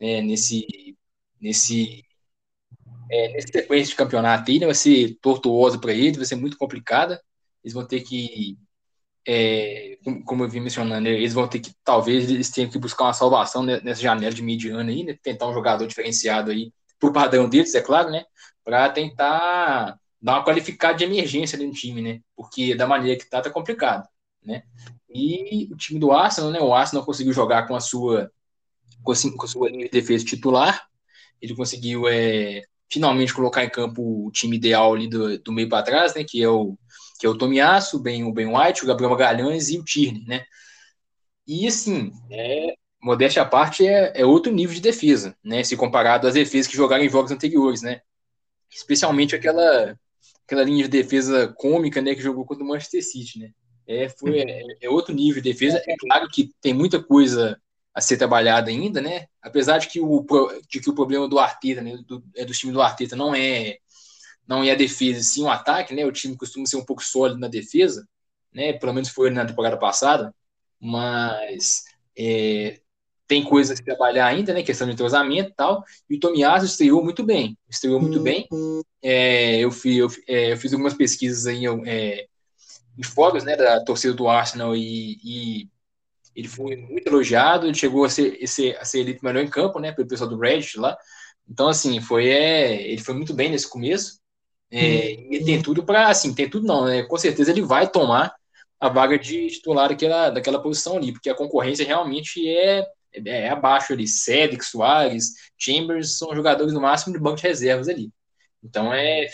nesse, nessa sequência de campeonato aí, né? Vai ser tortuosa para eles, vai ser muito complicada. Eles vão ter que, como eu vim mencionando, né, eles vão ter que, talvez, eles tenham que buscar uma salvação nessa janela de mediano aí, né? Tentar um jogador diferenciado aí, por padrão deles, é claro, né? Para tentar dar uma qualificada de emergência ali no time, né? Porque da maneira que tá complicado, né? E o time do Arsenal, né? O Arsenal conseguiu jogar com a sua linha de defesa titular. Ele conseguiu finalmente colocar em campo o time ideal ali do meio para trás, né? Que é o Tomiyasu, o Ben White, o Gabriel Magalhães e o Tierney, né? E assim, modéstia à parte, é outro nível de defesa, né? Se comparado às defesas que jogaram em jogos anteriores, né? Especialmente aquela linha de defesa cômica, né? Que jogou contra o Manchester City, né? É outro nível de defesa. É claro que tem muita coisa a ser trabalhada ainda, né? Apesar de que o problema do Arteta, né? Do time do Arteta não é a defesa, sim o ataque, né? O time costuma ser um pouco sólido na defesa, né? Pelo menos foi na temporada passada, mas tem coisas a trabalhar ainda, né? Questão de entrosamento e tal. E o Tomiyasu estreou muito bem, estreou muito bem. Eu fiz algumas pesquisas aí em fóruns, né, da torcida do Arsenal e ele foi muito elogiado, ele chegou a ser eleito melhor em campo, né, pelo pessoal do Reddit lá. Então, assim, ele foi muito bem nesse começo. E tem tudo para, assim, tem tudo não, né? Com certeza ele vai tomar a vaga de titular daquela posição ali, porque a concorrência realmente é abaixo ali. Cedric, Soares, Chambers são jogadores no máximo de banco de reservas ali. Então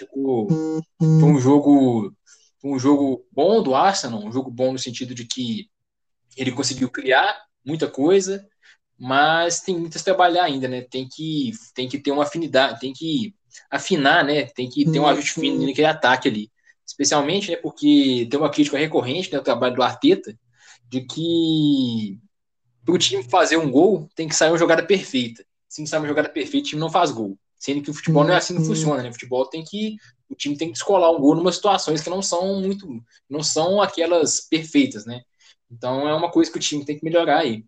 foi um jogo bom do Arsenal, um jogo bom no sentido de que ele conseguiu criar muita coisa, mas tem muito a trabalhar ainda, né? Tem que ter uma afinidade, tem que afinar, né? Tem que ter um ajuste fino naquele ataque ali. Especialmente, né, porque tem uma crítica recorrente, né, no trabalho do Arteta, de que para o time fazer um gol tem que sair uma jogada perfeita. Se não sair uma jogada perfeita, o time não faz gol. Sendo que o futebol não é assim que funciona, né? O time tem que descolar um gol em umas situações que não são aquelas perfeitas, né? Então é uma coisa que o time tem que melhorar aí.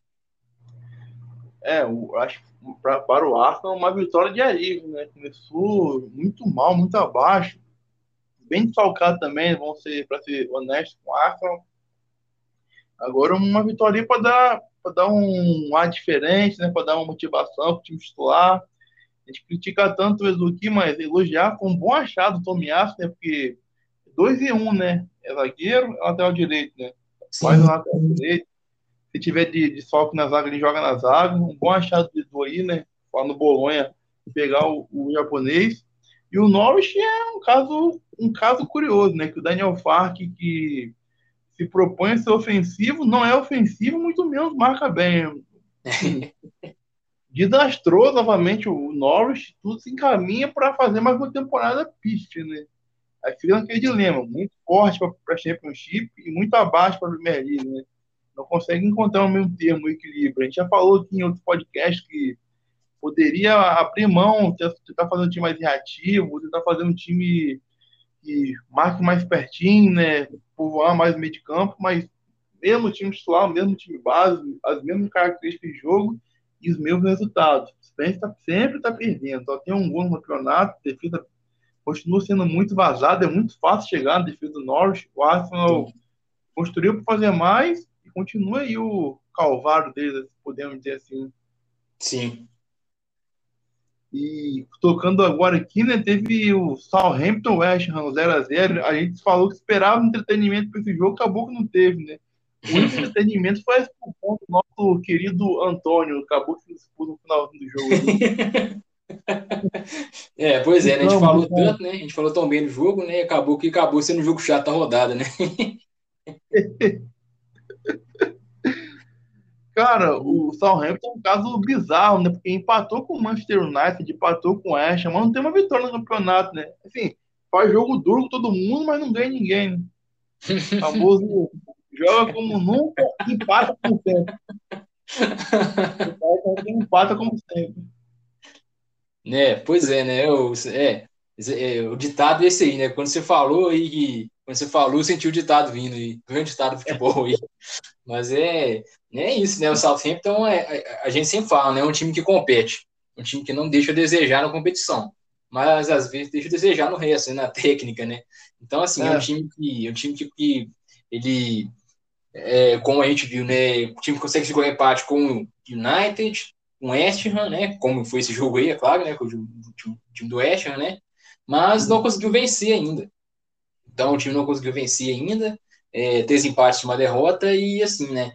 Eu acho que para o Arsenal uma vitória de alívio, né? Começou muito mal, muito abaixo, bem desfalcado também, para ser honesto com o Arsenal. Agora uma vitória para dar um ar diferente, né? Para dar uma motivação para o time titular. A gente critica tanto o Ezuki, mas elogiar com um bom achado o Tomiyasu, né? Porque 2 em 1, né? É zagueiro, é lateral direito, né? Faz o lateral direito. Se tiver de desfalque na zaga, ele joga na zaga. Um bom achado do Edu aí, né? Lá no Bolonha, pegar o japonês. E o Norwich é um caso curioso, né? Que o Daniel Farke, que se propõe a ser ofensivo, não é ofensivo, muito menos marca bem. Assim, desastroso novamente o Norwich, tudo se encaminha para fazer mais uma temporada pífia, né? Aí fica naquele dilema, muito forte para a Championship e muito abaixo para a Premier League, né? Não consegue encontrar o meio termo, o equilíbrio. A gente já falou aqui em outro podcast que poderia abrir mão, tentar fazer um time mais reativo, tentar fazer um time que marque mais pertinho, né? Povoar mais o meio de campo, mas mesmo time titular, mesmo time base, as mesmas características de jogo e os mesmos resultados. Sempre está perdendo. Só tem um gol no campeonato, a defesa continua sendo muito vazada, é muito fácil chegar na defesa do Norwich. O Arsenal construiu para fazer mais e continua aí o calvário deles, podemos dizer assim. Sim. E tocando agora aqui, né, teve o Southampton West Ham 0x0. A gente falou que esperava entretenimento para esse jogo, acabou que não teve, né? O único entretenimento foi esse ponto do nosso querido Antônio, acabou que se expôs no final do jogo. Pois é, né? A gente falou Então, tanto, né? A gente falou tão bem do jogo, né? Acabou sendo um jogo chato da rodada, né? cara, o Southampton é um caso bizarro, né? Porque empatou com o Manchester United, empatou com o West Ham, mas não tem uma vitória no campeonato, né? Assim, faz jogo duro com todo mundo, mas não ganha ninguém, né? O famoso joga como nunca, empata como sempre. Empata como sempre. Pois é, né? O ditado é esse aí, né? Quando você falou, eu senti o ditado vindo aí, grande ditado do futebol aí. Mas é isso, né? O Southampton a gente sempre fala, né? É um time que compete, um time que não deixa a desejar na competição, mas às vezes deixa a desejar no resto, né? Na técnica, né? Então, assim, é um time que ele, como a gente viu, né? O time consegue segurar empate com o United, com o West Ham, né? Como foi esse jogo aí, é claro, né? Com o time do West Ham, né? Mas não conseguiu vencer ainda. Então, o time não conseguiu vencer ainda, três empates e uma derrota, e assim, né?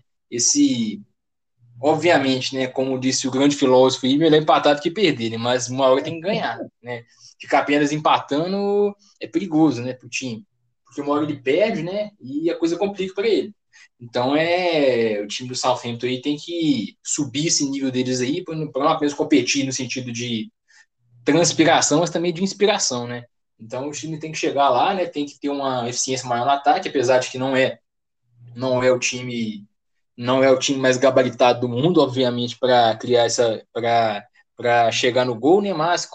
Obviamente, né? Como disse o grande filósofo, melhor empatado que perder, né? Mas uma hora tem que ganhar, né? Ficar apenas empatando é perigoso, né? Para o time, porque uma hora ele perde, né? E a coisa complica para ele. Então, o time do Southampton aí tem que subir esse nível deles aí para não apenas competir no sentido de transpiração, mas também de inspiração, né? Então o time tem que chegar lá, né? Tem que ter uma eficiência maior no ataque, apesar de que não é o time mais gabaritado do mundo, obviamente, para criar para chegar no gol, né? Mas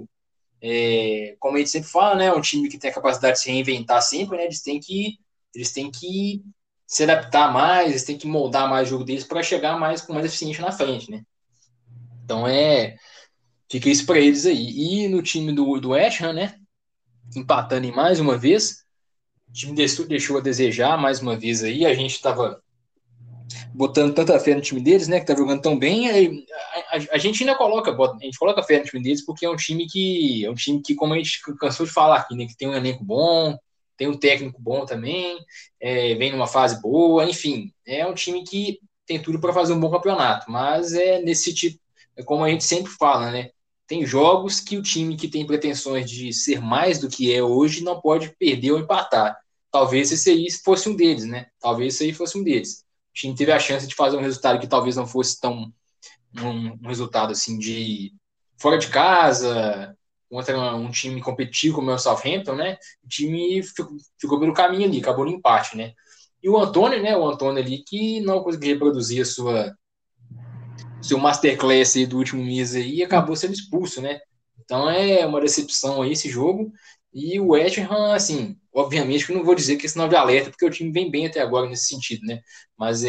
como a gente sempre fala, né? É um time que tem a capacidade de se reinventar sempre, né? Eles têm que se adaptar mais, eles têm que moldar mais o jogo deles para chegar com mais eficiência na frente, né? Então fica isso para eles aí. E no time do West Ham, né? Empatando em mais uma vez. O time deixou a desejar mais uma vez aí. A gente estava botando tanta fé no time deles, né? Que tá jogando tão bem. A gente ainda coloca fé no time deles porque é um time que, como a gente cansou de falar aqui, né? Que tem um elenco bom, tem um técnico bom também, vem numa fase boa, enfim, é um time que tem tudo para fazer um bom campeonato. Mas nesse tipo, como a gente sempre fala, né? Tem jogos que o time que tem pretensões de ser mais do que é hoje não pode perder ou empatar. Talvez esse aí fosse um deles, né? Talvez esse aí fosse um deles. O time teve a chance de fazer um resultado que talvez não fosse tão um resultado assim de fora de casa, contra um time competitivo como é o Southampton, né? O time ficou pelo caminho ali, acabou no empate, né? E o Antônio, né? O Antônio ali que não conseguiu reproduzir seu masterclass aí do último mês aí e acabou sendo expulso, né? Então é uma decepção aí esse jogo. E o West Ham, assim, obviamente que eu não vou dizer que é sinal de alerta, porque o time vem bem até agora nesse sentido, né? Mas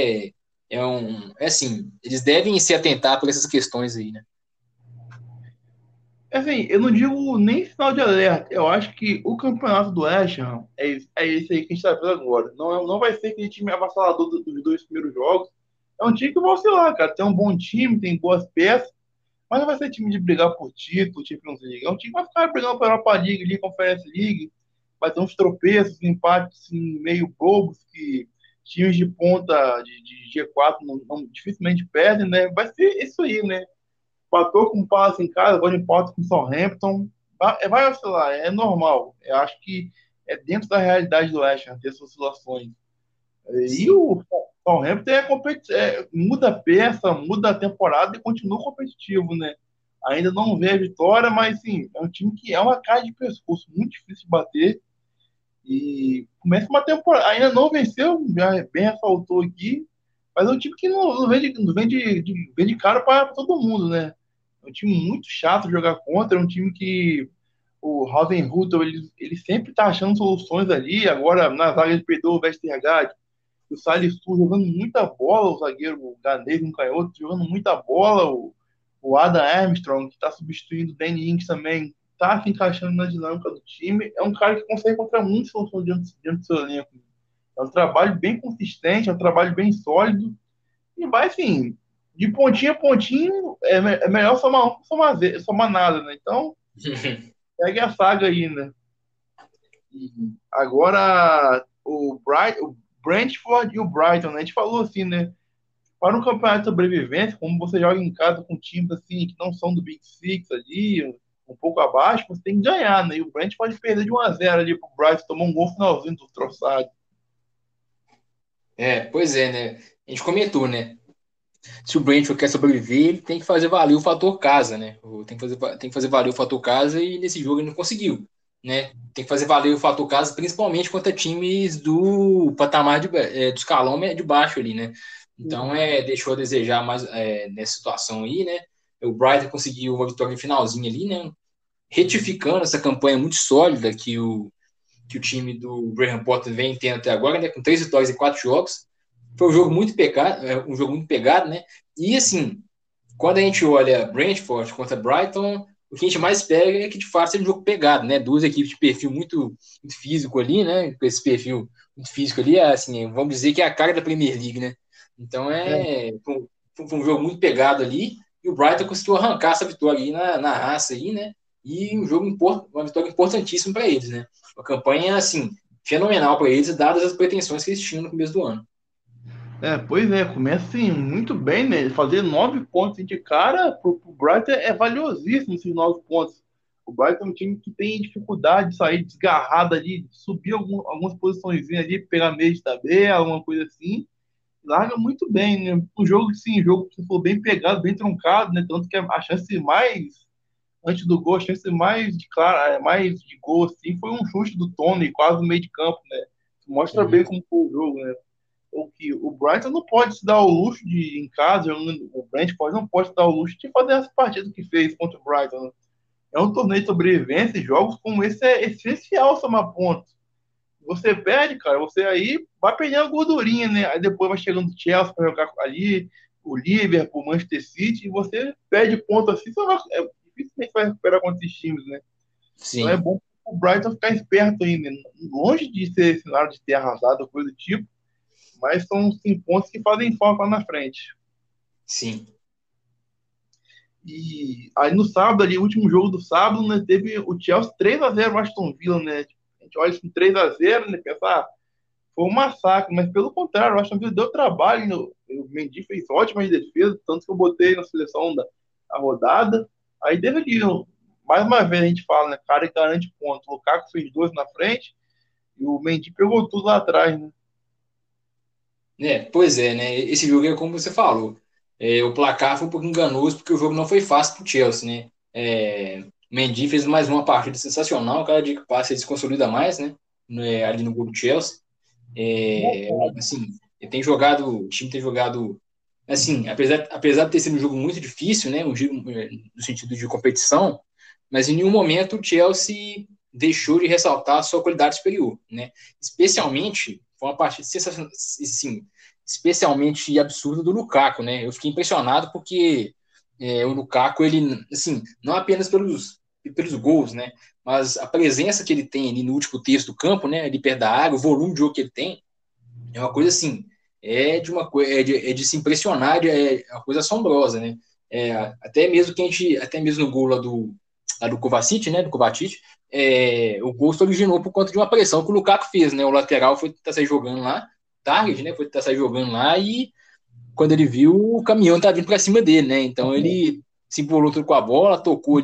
é assim, eles devem se atentar por essas questões aí, né? Assim, eu não digo nem sinal de alerta. Eu acho que o campeonato do West Ham é esse aí que a gente está vendo agora. Não vai ser aquele time avassalador dos dois primeiros jogos. É um time que vai oscilar, cara. Tem um bom time, tem boas peças, mas não vai ser time de brigar por título, Champions League. É um time que vai ficar brigando pela Europa League, ali, Conference League. Vai ter uns tropeços, empates assim, meio bobos que times de ponta de G4 dificilmente perdem, né? Vai ser isso aí, né? Empatou com o Palace em casa, agora empata com o Southampton. Vai oscilar, é normal. Eu acho que é dentro da realidade do West Ham ter essas oscilações. E Sim. o Southampton muda a peça, muda a temporada e continua competitivo, né? Ainda não vê a vitória, mas sim, é um time que é uma cara de pescoço, muito difícil de bater. E começa uma temporada, ainda não venceu, já bem ressaltou aqui, mas é um time que não vem de cara para todo mundo, né? É um time muito chato de jogar contra, é um time que o Hasenhuttl, ele sempre tá achando soluções ali. Agora, na zaga, ele perdeu o Vestergaard, o Salisu jogando muita bola, o zagueiro o ganês, um canhoto, jogando muita bola. O Adam Armstrong, que está substituindo o Danny Ings também, tá se encaixando na dinâmica do time. É um cara que consegue encontrar muitas soluções dentro do seu elenco. É um trabalho bem consistente, é um trabalho bem sólido. E vai, assim, de pontinho a pontinho, é melhor somar um que somar nada, né? Então, segue a saga ainda. E agora, o Brentford e o Brighton, né? A gente falou assim, né? Para um campeonato de sobrevivência, como você joga em casa com times assim que não são do Big Six ali, um pouco abaixo, você tem que ganhar, né? E o Brent pode perder de 1-0 ali pro Brighton, tomar um gol finalzinho do troçado. Pois é, né? A gente comentou, né? Se o Brentford quer sobreviver, ele tem que fazer valer o fator casa, né? Tem que fazer valer o fator casa e nesse jogo ele não conseguiu, né? Tem que fazer valer o fator casa, principalmente contra times do patamar do escalão de baixo ali, né? Então, deixou a desejar mais nessa situação aí, né? O Brighton conseguiu uma vitória no finalzinho ali, né? Retificando essa campanha muito sólida que o time do Graham Potter vem tendo até agora, né? Com 3 vitórias em 4 jogos. Foi um jogo muito pegado, né? E assim, quando a gente olha Brentford contra Brighton, o que a gente mais pega é que de fato seja um jogo pegado, né? Duas equipes de perfil muito físico ali, né? Com esse perfil muito físico ali, assim, vamos dizer que é a cara da Premier League, né? Então foi um jogo muito pegado ali e o Brighton conseguiu arrancar essa vitória aí na raça aí, né? E uma vitória importantíssima para eles, né? Uma campanha assim fenomenal para eles, dadas as pretensões que eles tinham no começo do ano. Pois é, começa assim, muito bem, né? Fazer 9 pontos de cara pro Brighton é valiosíssimo esses 9 pontos. O Brighton é um time que tem dificuldade de sair desgarrado ali, de subir algumas posições ali, pegar meio de tabela, alguma coisa assim. Larga muito bem, né? Um jogo que for bem pegado, bem truncado, né? Tanto que a chance mais, antes do gol, a chance mais de gol, assim, foi um chute do Tony, quase no meio de campo, né? Mostra bem Uhum. como foi o jogo, né? O Brighton não pode se dar o luxo de, em casa, o Brentford não pode se dar o luxo de fazer essa partida que fez contra o Brighton, né? É um torneio de sobrevivência e jogos como esse é essencial somar pontos. Você perde, cara, você aí vai perdendo a gordurinha, né? Aí depois vai chegando o Chelsea para jogar ali, o Liverpool, o Manchester City, e você perde ponto assim, dificilmente vai recuperar contra esses times, né? Então é Sim, bom o Brighton ficar esperto ainda, longe de ser cenário de ter arrasado ou coisa do tipo, mas são 5 pontos que fazem falta lá na frente. sim. E aí no sábado, ali, o último jogo do sábado, né, teve o Chelsea 3-0 no Aston Villa, né? A gente olha assim, 3-0, né? Pensa, foi um massacre, mas pelo contrário, o Aston Villa deu trabalho. O Mendy fez ótimas defesas, tanto que eu botei na seleção da rodada. Aí teve ali, mais uma vez a gente fala, né? Cara que garante ponto. O Lukaku fez 2 na frente e o Mendy pegou tudo lá atrás, né? Pois é, né? Esse jogo é como você falou. O placar foi um pouco enganoso porque o jogo não foi fácil para o Chelsea, né? O Mendy fez mais uma partida sensacional, cada dia que passa ele se consolida mais, né? Ali no gol do Chelsea. Assim, ele tem jogado, o time tem jogado, assim, apesar de ter sido um jogo muito difícil, né? Um jogo no sentido de competição, mas em nenhum momento o Chelsea deixou de ressaltar a sua qualidade superior, né? Especialmente, foi uma partida sensacional, sim, especialmente absurda do Lukaku, né? Eu fiquei impressionado porque o Lukaku, ele, assim, não apenas pelos gols, né? Mas a presença que ele tem ali no último terço do campo, né? Ali perto da área, o volume de jogo que ele tem, é uma coisa assim, é de se impressionar, é uma coisa assombrosa, né? Até mesmo no gol lá do Kovacic, né? Do Kovacic, o gol se originou por conta de uma pressão que o Lukaku fez, né? O lateral foi tentar sair jogando lá, Target, né? Foi tentar sair jogando lá e quando ele viu, o caminhão tá vindo para cima dele, né? Então ele se embolou tudo com a bola,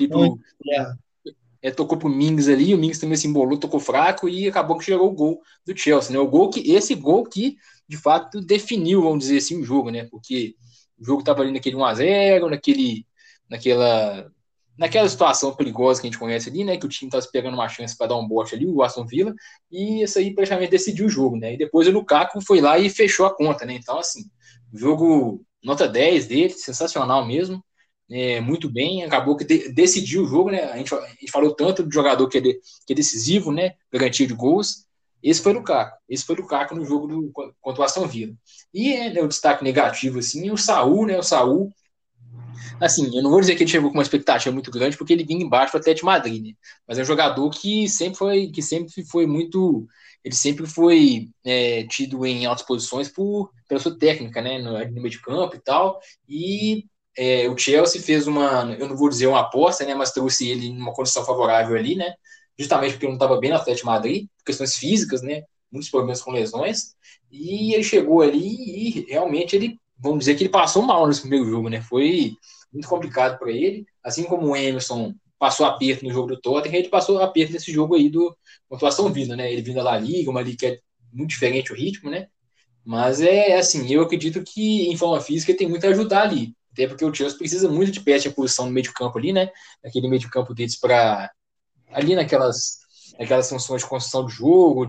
tocou pro Mings ali, o Mings também se embolou, tocou fraco e acabou que chegou o gol do Chelsea, né? Esse gol que de fato definiu, vamos dizer assim, o jogo, né? Porque o jogo tava ali naquele 1-0, naquela naquela situação perigosa que a gente conhece ali, né? Que o time tava pegando uma chance para dar um bote ali, o Aston Villa, e isso aí praticamente decidiu o jogo, né? E depois o Lukaku foi lá e fechou a conta, né? Então, assim, jogo nota 10 dele, sensacional mesmo, muito bem, acabou que decidiu o jogo, né? A gente falou tanto do jogador que é decisivo, né? Garantia de gols. Esse foi o Lukaku no jogo contra o Aston Villa. E né, o destaque negativo, assim, o Saúl, né? O Saúl, assim, eu não vou dizer que ele chegou com uma expectativa muito grande, porque ele vinha embaixo do Atlético de Madrid, né? Mas é um jogador que sempre foi muito, ele sempre foi tido em altas posições pela sua técnica, né? No meio de campo e tal. E o Chelsea fez eu não vou dizer uma aposta, né? Mas trouxe ele em uma condição favorável ali, né? Justamente porque ele não estava bem no Atlético de Madrid, por questões físicas, né? Muitos problemas com lesões. E ele chegou ali e realmente vamos dizer que ele passou mal nesse primeiro jogo, né? Foi muito complicado para ele, assim como o Emerson passou aperto no jogo do Tottenham, ele passou aperto nesse jogo aí contra o Aston Villa, né? Ele vindo da La Liga, uma liga que é muito diferente o ritmo, né? Mas assim, eu acredito que em forma física ele tem muito a ajudar ali. Até porque o Chelsea precisa muito de peça de posição no meio de campo ali, né? Aquele meio de campo deles para ali naquelas funções de construção do jogo,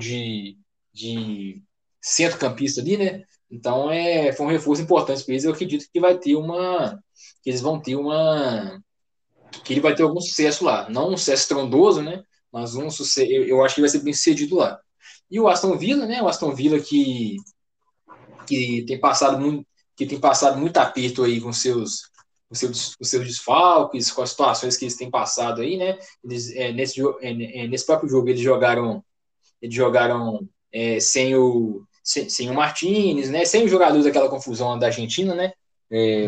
de centro-campista ali, né? Então foi um reforço importante para eles. Eu acredito que eles vão ter que ele vai ter algum sucesso lá. Não um sucesso estrondoso, né? Mas um sucesso, eu acho que ele vai ser bem sucedido lá. E o Aston Villa, né? O Aston Villa que tem passado muito, que tem passado muito aperto aí com seus desfalques, com as situações que eles têm passado aí, né? Nesse próprio jogo eles jogaram sem o Martinez, né? Sem o jogador daquela confusão da Argentina, né? É,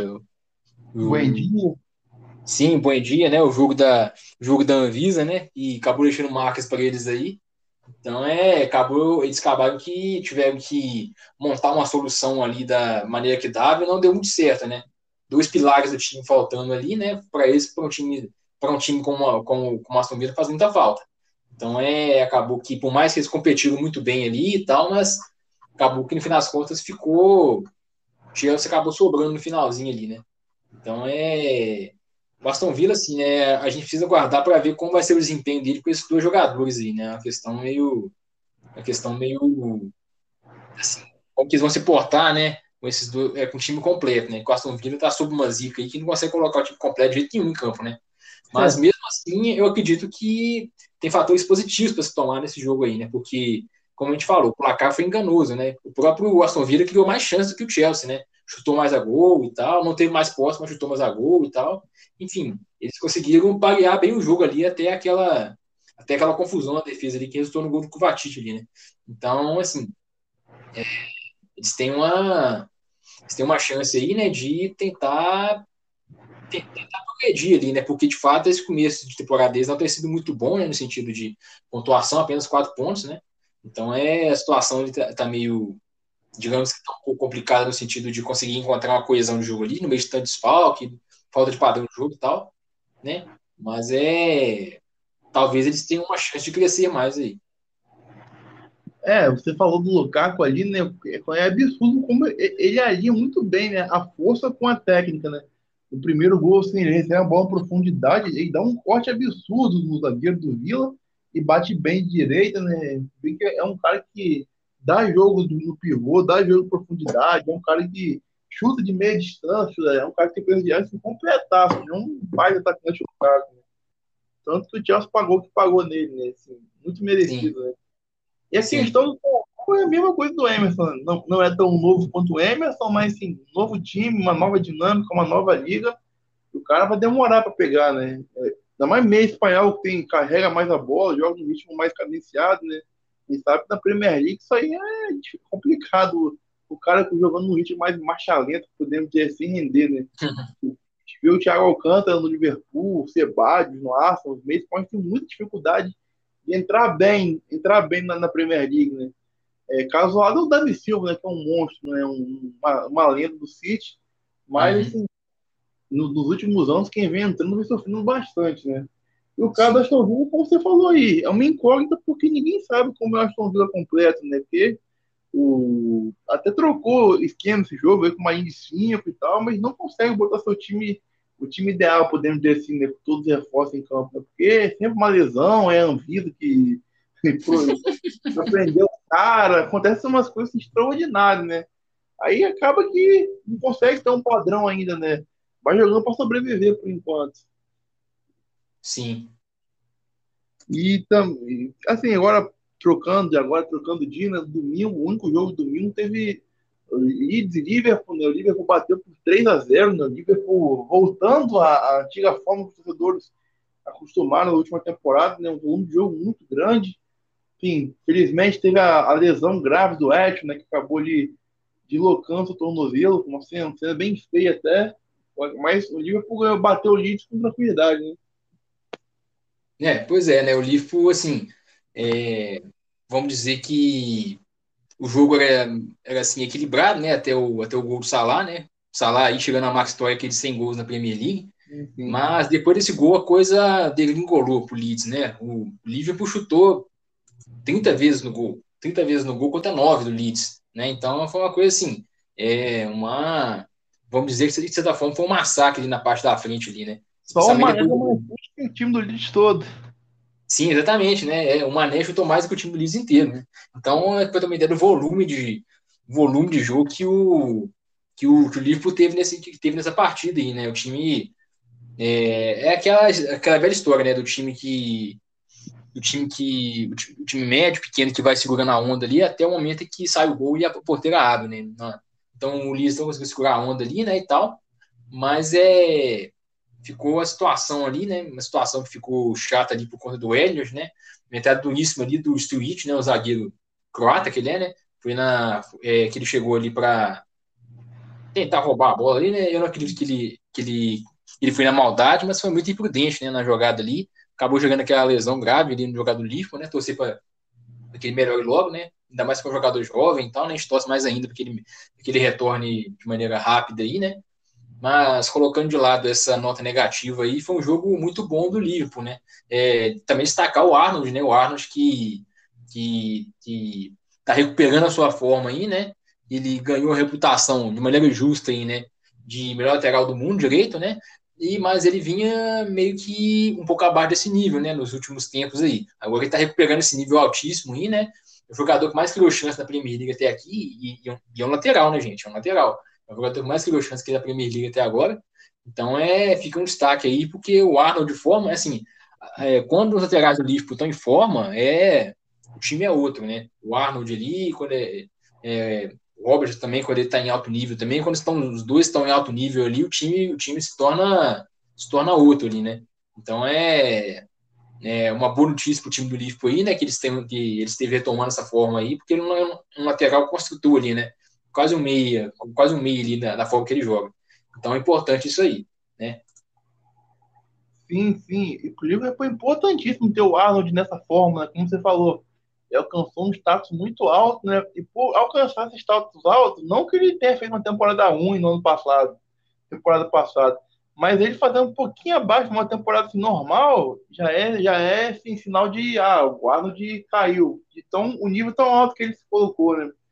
o, Buendinho. sim, bom dia, né? O jogo da Anvisa, né? E acabou deixando marcas para eles aí. Então eles acabaram que tiveram que montar uma solução ali da maneira que dava e não deu muito certo, né? Dois pilares do time faltando ali, né? Para um time como o Aston Villa faz muita falta. Então acabou que por mais que eles competiram muito bem ali e tal, mas acabou que no final das contas o Chelsea acabou sobrando no finalzinho ali, né? Então o Aston Villa, assim, né? A gente precisa guardar para ver como vai ser o desempenho dele com esses dois jogadores aí, né? Uma questão meio assim, como que eles vão se portar, né? Com esses dois, com o time completo, né? Com o Aston Villa tá sob uma zica aí que não consegue colocar o time completo de jeito nenhum em campo, né? Mas mesmo assim, eu acredito que tem fatores positivos para se tomar nesse jogo aí, né? Porque, como a gente falou, o placar foi enganoso, né? O próprio Aston Villa criou mais chances do que o Chelsea, né? Chutou mais a gol e tal, não teve mais posse, mas chutou mais a gol e tal. Enfim, eles conseguiram parear bem o jogo ali até aquela confusão na defesa ali que resultou no gol do Kovacic ali, né? Então, assim, eles têm uma chance aí, né, de tentar progredir ali, né? Porque de fato esse começo de temporada deles não tem sido muito bom, né? No sentido de pontuação, apenas 4 pontos, né? Então a situação ele tá meio, digamos que tá um pouco complicada no sentido de conseguir encontrar uma coesão de jogo ali, no meio de tanto desfalque, falta de padrão de jogo e tal, né? Mas talvez eles tenham uma chance de crescer mais aí. Você falou do Lukaku ali, né? É absurdo como ele alia muito bem, né? A força com a técnica, né? O primeiro gol, assim, ele recebe a bola em profundidade, ele dá um corte absurdo no zagueiro do Vila e bate bem de direita, né? Vê que é um cara que dá jogo no pivô, dá jogo em profundidade, é um cara que chuta de meia distância, é um cara que tem presença de área assim, completaço, não um baita atacante do cara. Né? Tanto que o Chelsea pagou o que pagou nele, né? Assim, muito Sim, merecido, né? E a sim, questão do Paul é a mesma coisa do Emerson. Não é tão novo quanto o Emerson, mas sim, um novo time, uma nova dinâmica, uma nova liga. O cara vai demorar para pegar, né? Ainda mais meio espanhol que carrega mais a bola, joga no ritmo mais cadenciado, né? E sabe que na Premier League isso aí é complicado. O cara jogando no ritmo mais marcha lenta, podemos dizer assim, render, né? A gente viu o Thiago Alcântara no Liverpool, o Sebadios no Arsenal, os meios podem ter muita dificuldade de entrar bem na Premier League, né? Caso lá do Davi Silva, né, que é um monstro, né, uma lenda do City, mas uhum, assim, nos últimos anos quem vem entrando vem sofrendo bastante, né? E o caso do sim. Aston Villa, como você falou aí, é uma incógnita porque ninguém sabe como é o Aston Villa completo, né? Porque até trocou esquema esse jogo, veio com uma linha de 5 e tal, mas não consegue botar seu time, o time ideal, podemos dizer assim, né? Com todos os reforços em campo, né? Porque é sempre uma lesão, é a Anvisa que aprendeu o cara, acontecem umas coisas extraordinárias, né? Aí acaba que não consegue ter um padrão ainda, né? Vai jogando para sobreviver por enquanto. Sim. Assim, trocando de né? Domingo, o único jogo do domingo teve Leeds e Liverpool, né? O Liverpool bateu por 3-0, né? O Liverpool voltando à antiga forma que os torcedores acostumaram na última temporada, né? Um volume de jogo muito grande. Enfim, felizmente teve a lesão grave do Edson, né? Que acabou ali deslocando o tornozelo, uma cena bem feia até. Mas o Liverpool bateu o Leeds com tranquilidade, né? Pois é, né? O Liverpool, assim, é, vamos dizer que o jogo era assim, equilibrado, né? Até o gol do Salah, né? O Salah aí chegando a marca histórica de 100 gols na Premier League. Enfim. Mas depois desse gol, a coisa degringolou pro Leeds, né? O Liverpool chutou 30 vezes no gol. 30 vezes no gol contra 9 do Leeds, né? Então foi uma coisa assim, vamos dizer que de certa forma foi um massacre ali na parte da frente ali, né? Só o Especialmente Mané depois deu do mais gol. chute que o time do Leeds todo. Sim, exatamente, né? O Mané chutou mais do que o time do Leeds inteiro, né? Então, para ter uma ideia do volume de jogo que o Liverpool que teve nessa partida aí, né? O time é aquela velha história, né? Do time médio, pequeno, que vai segurando a onda ali até o momento em que sai o gol e a porteira abre, né? Então o Leeds não conseguiu segurar a onda ali, né, e tal, mas ficou a situação ali, né, uma situação que ficou chata ali por conta do Elliott, né, metade duríssima ali do Sturridge, né, o zagueiro croata que ele é, né, que ele chegou ali para tentar roubar a bola ali, né, eu não acredito que ele foi na maldade, mas foi muito imprudente, né, na jogada ali, acabou jogando aquela lesão grave ali no jogador Liverpool, né, torcer para que ele melhore logo, né? Ainda mais para um jogador jovem e tal, né? A gente torce mais ainda porque ele retorne de maneira rápida aí, né? Mas colocando de lado essa nota negativa aí, foi um jogo muito bom do Liverpool, né? Também destacar o Arnold, né? O Arnold que tá recuperando a sua forma aí, né? Ele ganhou a reputação de maneira justa aí, né? De melhor lateral do mundo direito, né? Mas ele vinha meio que um pouco abaixo desse nível, né? Nos últimos tempos aí. Agora ele tá recuperando esse nível altíssimo aí, né? O jogador que mais criou chance na Premier League até aqui, e é um lateral, né, gente? É um lateral. É o jogador que mais criou chance que da Premier League até agora. Então fica um destaque aí, porque o Arnold de forma, assim, quando os laterais do Liverpool estão em forma, o time é outro, né? O Arnold ali, quando o Robert também, quando ele está em alto nível também, quando os dois estão em alto nível ali, o time se torna outro ali, né? Então é uma boa notícia para o time do Liverpool aí, né? Que eles esteve retomando essa forma aí, porque ele não é um lateral construtor ali, né? Quase um meia ali na forma que ele joga. Então é importante isso aí, né? Sim, sim. Inclusive, foi importantíssimo ter o Arnold nessa forma, né? Como você falou. Ele alcançou um status muito alto, né? E por alcançar esse status alto, não que ele tenha feito uma temporada ruim no ano passado, temporada passada, mas ele fazer um pouquinho abaixo de uma temporada assim, normal, já é assim, sinal de o Arnold caiu. Então, o nível tão alto que ele se colocou, né?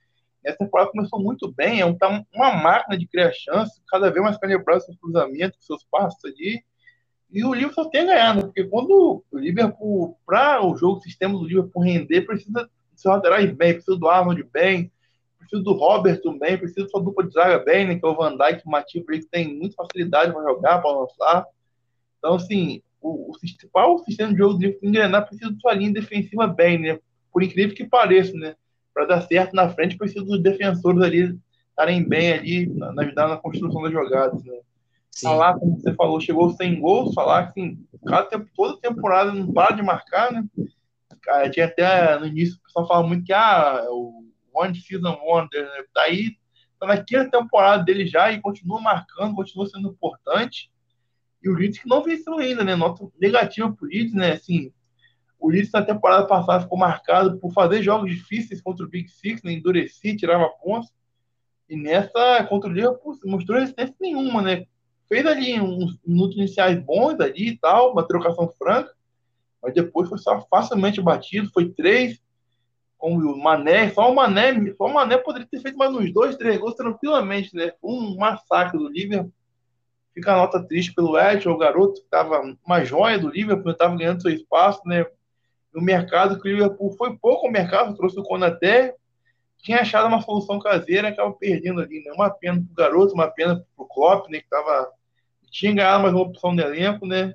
Essa temporada começou muito bem, tá uma máquina de criar chance, cada vez mais calibrado seus cruzamentos, seus passos ali. E o Liverpool só tem a ganhar, né? Porque quando o Liverpool, para o jogo, o sistema do Liverpool render, precisa dos seus laterais bem, precisa do Arnold bem, precisa do Robertson bem, precisa da sua dupla de zaga bem, né? Que é o Van Dijk e o Matip, que tem muita facilidade para jogar, para lançar. Então, assim, qual o sistema de jogo do Liverpool engrenar precisa da sua linha defensiva bem, né? Por incrível que pareça, né? Para dar certo na frente, precisa dos defensores ali estarem bem ali, ajudar na construção das jogadas, né? Sim. Falar, como você falou, chegou sem gols, falar que assim, toda temporada não para de marcar, né? Cara, tinha até no início o pessoal fala muito que o One Season Wonder, né? Daí tá na quinta temporada dele já e continua marcando, continua sendo importante. E o Leeds que não venceu ainda, né? Nota negativa pro Leeds, né? Assim, o Leeds na temporada passada ficou marcado por fazer jogos difíceis contra o Big Six, né? Endurecer, tirava pontos. E nessa, contra o Liverpool, mostrou resistência nenhuma, né? Fez ali uns minutos iniciais bons ali e tal, uma trocação franca, mas depois foi só facilmente batido, foi três, com o Mané, só o Mané poderia ter feito mais uns dois, três gols tranquilamente, né? Um massacre do Liverpool. Fica a nota triste pelo Ed, o garoto que estava uma joia do Liverpool, estava ganhando seu espaço, né? No mercado, que o Liverpool foi pouco ao mercado, trouxe o Konaté, tinha achado uma solução caseira, acaba perdendo ali, né? Uma pena pro garoto, uma pena pro Klopp, né? Tinha ganhado mais uma opção no elenco, né?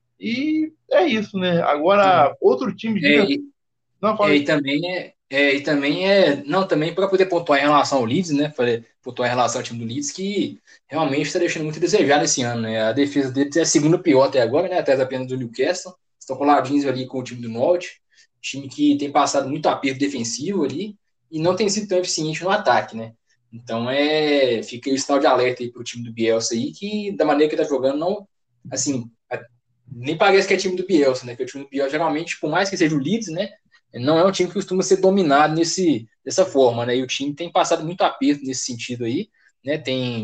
E é isso, né? Sim. Agora, outro time de É, Liverpool. Não, É, falei. e também não, também para poder pontuar em relação ao Leeds, né? Pontuar em relação ao time do Leeds, que realmente está deixando muito a desejar nesse ano, né? A defesa deles é a segunda pior até agora, né? Atrás apenas do Newcastle. Estão coladinhos ali com o time do Norte, time que tem passado muito aperto defensivo ali e não tem sido tão eficiente no ataque, né? Então fica o sinal de alerta aí para o time do Bielsa aí, que da maneira que está jogando, não, assim, nem parece que é time do Bielsa, né? Que o time do Bielsa geralmente, por mais que seja o Leeds, né? Não é um time que costuma ser dominado dessa forma, né? E o time tem passado muito aperto nesse sentido aí, né?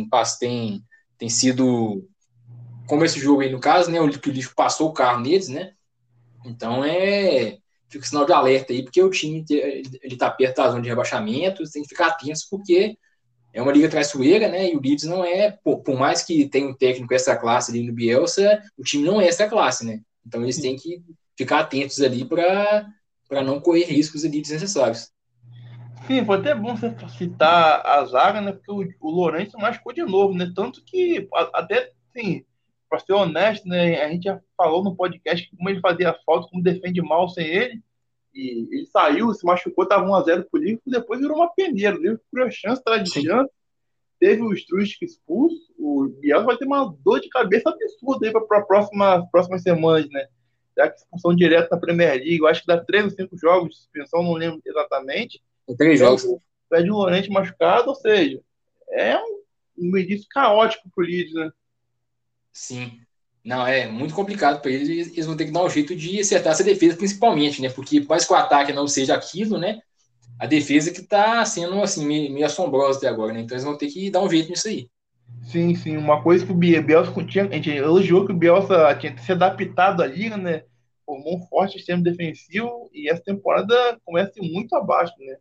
Tem sido, como esse jogo aí no caso, né? Que o lixo passou o carro neles, né? Então fica sinal de alerta aí, porque o time ele tá perto da zona de rebaixamento, tem que ficar atentos, porque é uma liga traiçoeira, né? E o Leeds não é, por mais que tenha um técnico extra classe ali no Bielsa, o time não é extra classe, né? Então eles têm que ficar atentos ali para não correr riscos ali desnecessários. Sim, foi até bom você citar a zaga, né? Porque o Lourenço machucou de novo, né? Tanto que, até, assim, para ser honesto, né? A gente já falou no podcast que como ele fazia falta, como defende mal sem ele. E ele saiu, se machucou, tava 1-0 pro Liverpool, depois virou uma peneira. O Liverpool criou chance, tá de Sim. chance. Teve o Struijk expulso. O Bielsa vai ter uma dor de cabeça absurda aí para próximas semanas, né? Já que expulsão direta na Premier League, eu acho que dá 3 ou 5 jogos de suspensão, não lembro exatamente. Em 3 jogos. Pede o Lorente machucado, ou seja, é um indício caótico pro Leeds, né? Sim. Não, é muito complicado para eles. Eles vão ter que dar um jeito de acertar essa defesa, principalmente, né? Porque, por mais que o ataque não seja aquilo, né? A defesa que está sendo, assim, meio assombrosa até agora, né? Então eles vão ter que dar um jeito nisso aí. Sim, sim. Uma coisa que o Bielsa tinha, a gente elogiou que o Bielsa tinha se adaptado à liga, né? Formou um forte sistema defensivo e essa temporada começa muito abaixo, né?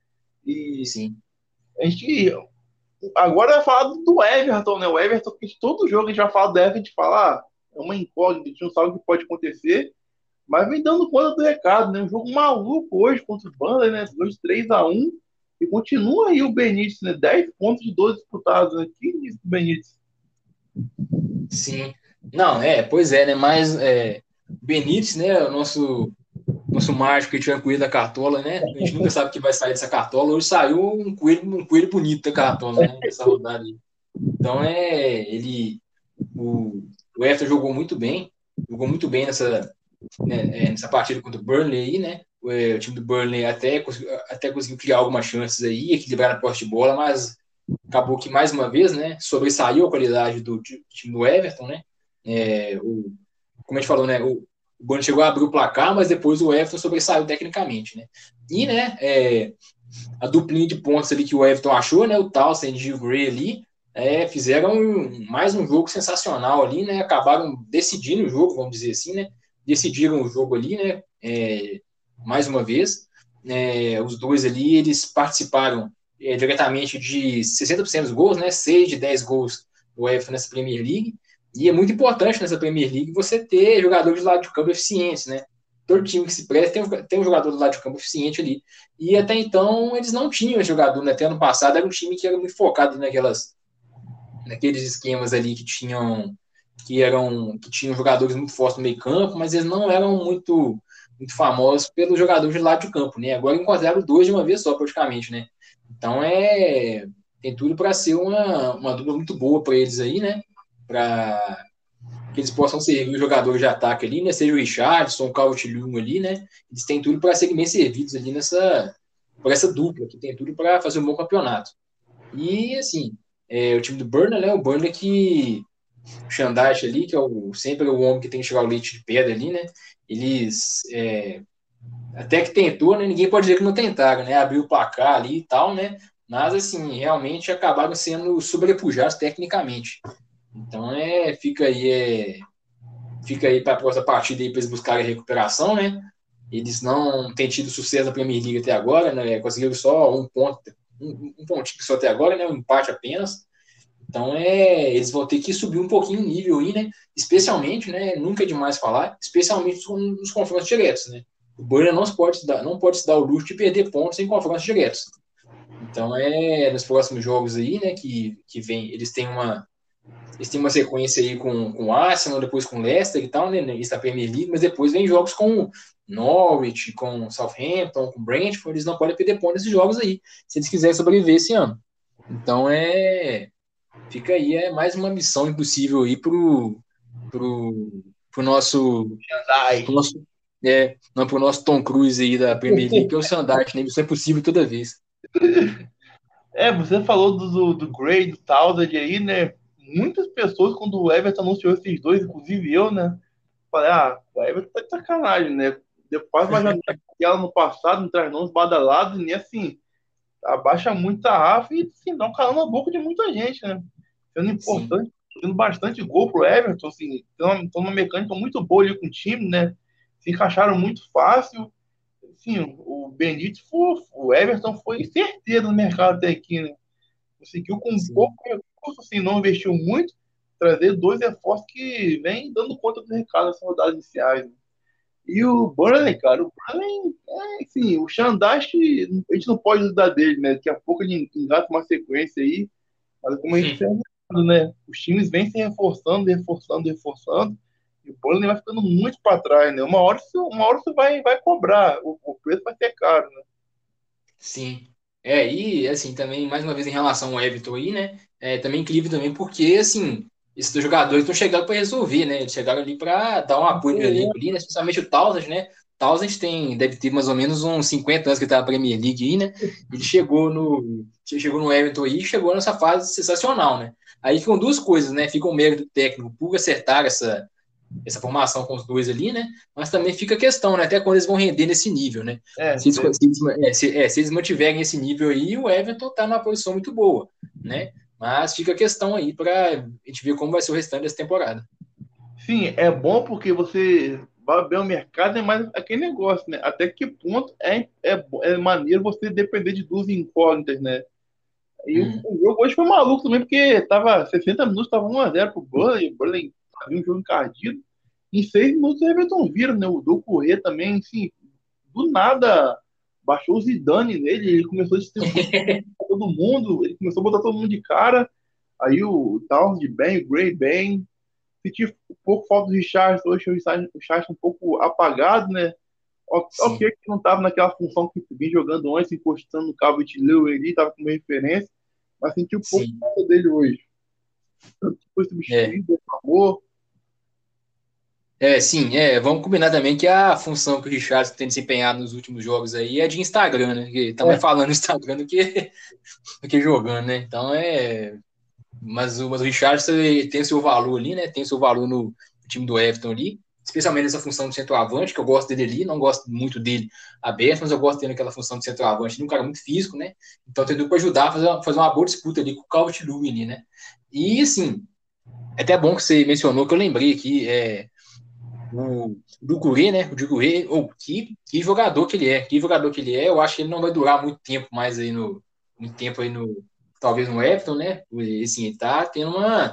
E Sim. a gente agora vai falar do Everton, né? O Everton, que todo jogo a gente vai falar do Everton, a gente fala, é uma incógnita, a gente não sabe o que pode acontecer, mas vem dando conta do recado, né? Um jogo maluco hoje contra o Banda, né? 2-3-1 e continua aí o Benítez, né? 10 pontos de 12 disputados, né? Que isso, Benítez? Sim. Não, pois é, né? Mas Benítez, né? O nosso mágico que tinha coelho da cartola, né? A gente nunca sabe o que vai sair dessa cartola. Hoje saiu um coelho bonito da cartola, né? Dessa rodada aí. Então o Everton jogou muito bem nessa partida contra o Burnley aí, né? O time do Burnley até conseguiu criar algumas chances aí, equilibrar na posse de bola, mas acabou que mais uma vez, né? Sobressaiu a qualidade do time do Everton, né? Como a gente falou, né? O Burnley chegou a abrir o placar, mas depois o Everton sobressaiu tecnicamente, né? E, né? A duplinha de pontos ali que o Everton achou, né? O Townsend e o Gray ali, fizeram mais um jogo sensacional ali, né? Acabaram decidindo o jogo, vamos dizer assim, né? Decidiram o jogo ali, né? Mais uma vez. Os dois ali, eles participaram diretamente de 60% dos gols, né? 6 de 10 gols do Everton nessa Premier League. E é muito importante nessa Premier League você ter jogadores do lado de campo eficientes, né? Todo time que se presta tem um jogador do lado de campo eficiente ali. E até então eles não tinham esse jogador, né? Até ano passado era um time que era muito focado naqueles esquemas ali que tinham jogadores muito fortes no meio campo, mas eles não eram muito famosos pelos jogadores de lado de campo, né? Agora encontraram dois de uma vez só, praticamente, né? Então tem tudo para ser uma dupla muito boa para eles aí, né? Para que eles possam servir os jogadores de ataque ali, né? Seja o Richarlison, o Calvert-Lewin ali, né? Eles têm tudo para serem bem servidos ali por essa dupla, que tem tudo para fazer um bom campeonato. E, assim, o time do Burnley, né? O Burnley que o Xandache ali, que sempre o homem que tem que tirar o leite de pedra ali, né? Eles até que tentou, né? Ninguém pode dizer que não tentaram, né? Abriu o placar ali e tal, né? Mas, assim, realmente acabaram sendo sobrepujados tecnicamente. Então, fica aí para a próxima partida aí para eles buscarem a recuperação, né? Eles não têm tido sucesso na Premier League até agora, né? Conseguiram só um pontinho só até agora, né? Um empate apenas. Então, eles vão ter que subir um pouquinho o nível aí, né? Especialmente, né? Nunca é demais falar, especialmente nos confrontos diretos, né? O Burnley não pode se dar o luxo de perder pontos em confrontos diretos. Então, nos próximos jogos aí, né? Que vem, eles têm uma sequência aí com o Arsenal, depois com o Leicester e tal, né? Isso da Premier League, mas depois vem jogos com Norwich, com Southampton, com Brentford, eles não podem perder pontos nesses jogos aí, se eles quiserem sobreviver esse ano. Então, fica aí, mais uma missão impossível aí pro nosso, pro nosso, não pro nosso Tom Cruise aí da Premier League, que é o Sandart, né? Missão impossível toda vez. Você falou do Gray, do Townsend aí, né? Muitas pessoas, quando o Everton anunciou esses dois, inclusive eu, né? Falei, o Everton tá de sacanagem, né? Depois vai janela ela no passado, não traz nomes badalados, e nem assim, abaixa muito a Rafa e assim, dá um calão na boca de muita gente, né? Sendo Sim, importante, tendo bastante gol pro Everton, assim, estão uma mecânica muito boa ali com o time, né? Se encaixaram muito fácil. Sim, o Benítez o Everton foi certeiro no mercado até aqui, né? Conseguiu com pouco sim, recurso, assim, não investiu muito, trazer dois reforços que vêm dando conta do recado nessas rodadas iniciais. Né? E o Burnley, cara, o Burnley, assim, o Xandache, a gente não pode usar dele, né? Daqui a pouco ele engata uma sequência aí, mas como a gente tem né? Os times vêm se reforçando, reforçando, reforçando, e o Burnley vai ficando muito para trás, né? Uma hora isso vai cobrar, o preço vai ser caro, né? sim. E assim, também, mais uma vez, em relação ao Everton aí, né? Também incrível também, porque, assim, esses dois jogadores estão chegando para resolver, né? Eles chegaram ali para dar um apoio no elenco ali, né? Especialmente o Townsend, né? Townsend deve ter mais ou menos uns 50 anos que está na Premier League aí, né? Ele chegou no Everton aí e chegou nessa fase sensacional, né? Aí ficam duas coisas, né? Fica o mérito técnico por acertar essa formação com os dois ali, né? Mas também fica a questão, né? Até quando eles vão render nesse nível, né? É, Se eles mantiverem esse nível aí, o Everton está numa posição muito boa, né? Mas fica a questão aí para a gente ver como vai ser o restante dessa temporada. sim, é bom porque você vai ver o mercado, é mais aquele negócio, né? Até que ponto é maneiro você depender de duas incógnitas, né? E o, Hum. o jogo hoje foi maluco também, porque tava 60 minutos, tava 1-0 pro Burnley, o Burnley fazia um jogo encardido. Em 6 minutos o Everton vira, né? O Doucouré também, assim, do nada baixou o Zidane nele, ele começou a distribuir pra todo mundo, ele começou a botar todo mundo de cara. Aí o Townsend bem, o Gray bem, senti um pouco falta do Richard hoje, o Richard um pouco apagado, né? Ok, Sim. que não estava naquela função que vinha jogando antes, encostando no cabo de Leu ali, estava como referência, mas senti um pouco Sim. falta dele hoje. Tanto que foi É. substituído, favor. Sim, vamos combinar também que a função que o Richard tem desempenhado nos últimos jogos aí é de Instagram, né? Que tá mais É, falando no Instagram do que jogando, né? Então Mas o Richardson tem o seu valor ali, né? Tem o seu valor no time do Everton ali, especialmente nessa função de centroavante, que eu gosto dele ali, não gosto muito dele aberto, mas eu gosto dele naquela função de centroavante. Ele é um cara muito físico, né? Então tem tudo para ajudar a fazer uma boa disputa ali com o Calvert-Lewin ali, né? E assim, é até bom que você mencionou, que eu lembrei aqui, o Doucouré, né? O Doucouré, que jogador que ele é, eu acho que ele não vai durar muito tempo mais aí muito tempo aí talvez no Everton, né? Assim, ele tá tendo uma.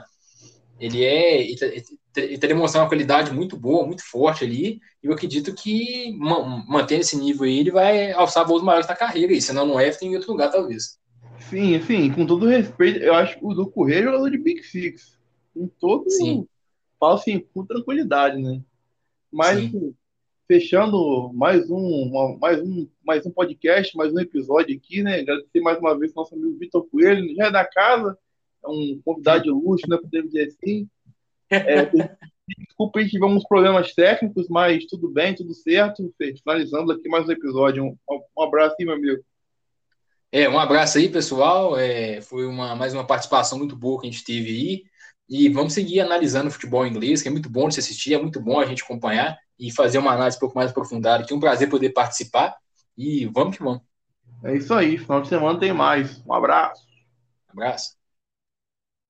Ele tá demonstrando uma qualidade muito boa, muito forte ali. E eu acredito que mantendo esse nível aí, ele vai alçar voos maiores na carreira, aí, senão no Everton em outro lugar, talvez. Sim, assim, com todo respeito, eu acho que o do Correia é jogador de Big Six. Com Sim, todo. Falo assim, com tranquilidade, né? Mas, sim. assim, fechando mais um podcast, mais um episódio aqui, né? Agradecer mais uma vez ao nosso amigo Vitor Coelho, já é da casa, é um convidado de luxo, né? Podemos dizer assim. Desculpa aí, tivemos uns problemas técnicos, mas tudo bem, tudo certo. Finalizando aqui mais um episódio. Um abraço aí, meu amigo. Um abraço aí, pessoal. Foi mais uma participação muito boa que a gente teve aí. E vamos seguir analisando o futebol inglês, que é muito bom de se assistir, é muito bom a gente acompanhar e fazer uma análise um pouco mais aprofundada. Que é um prazer poder participar. E vamos que vamos. É isso aí, final de semana tem mais. Um abraço. Abraço.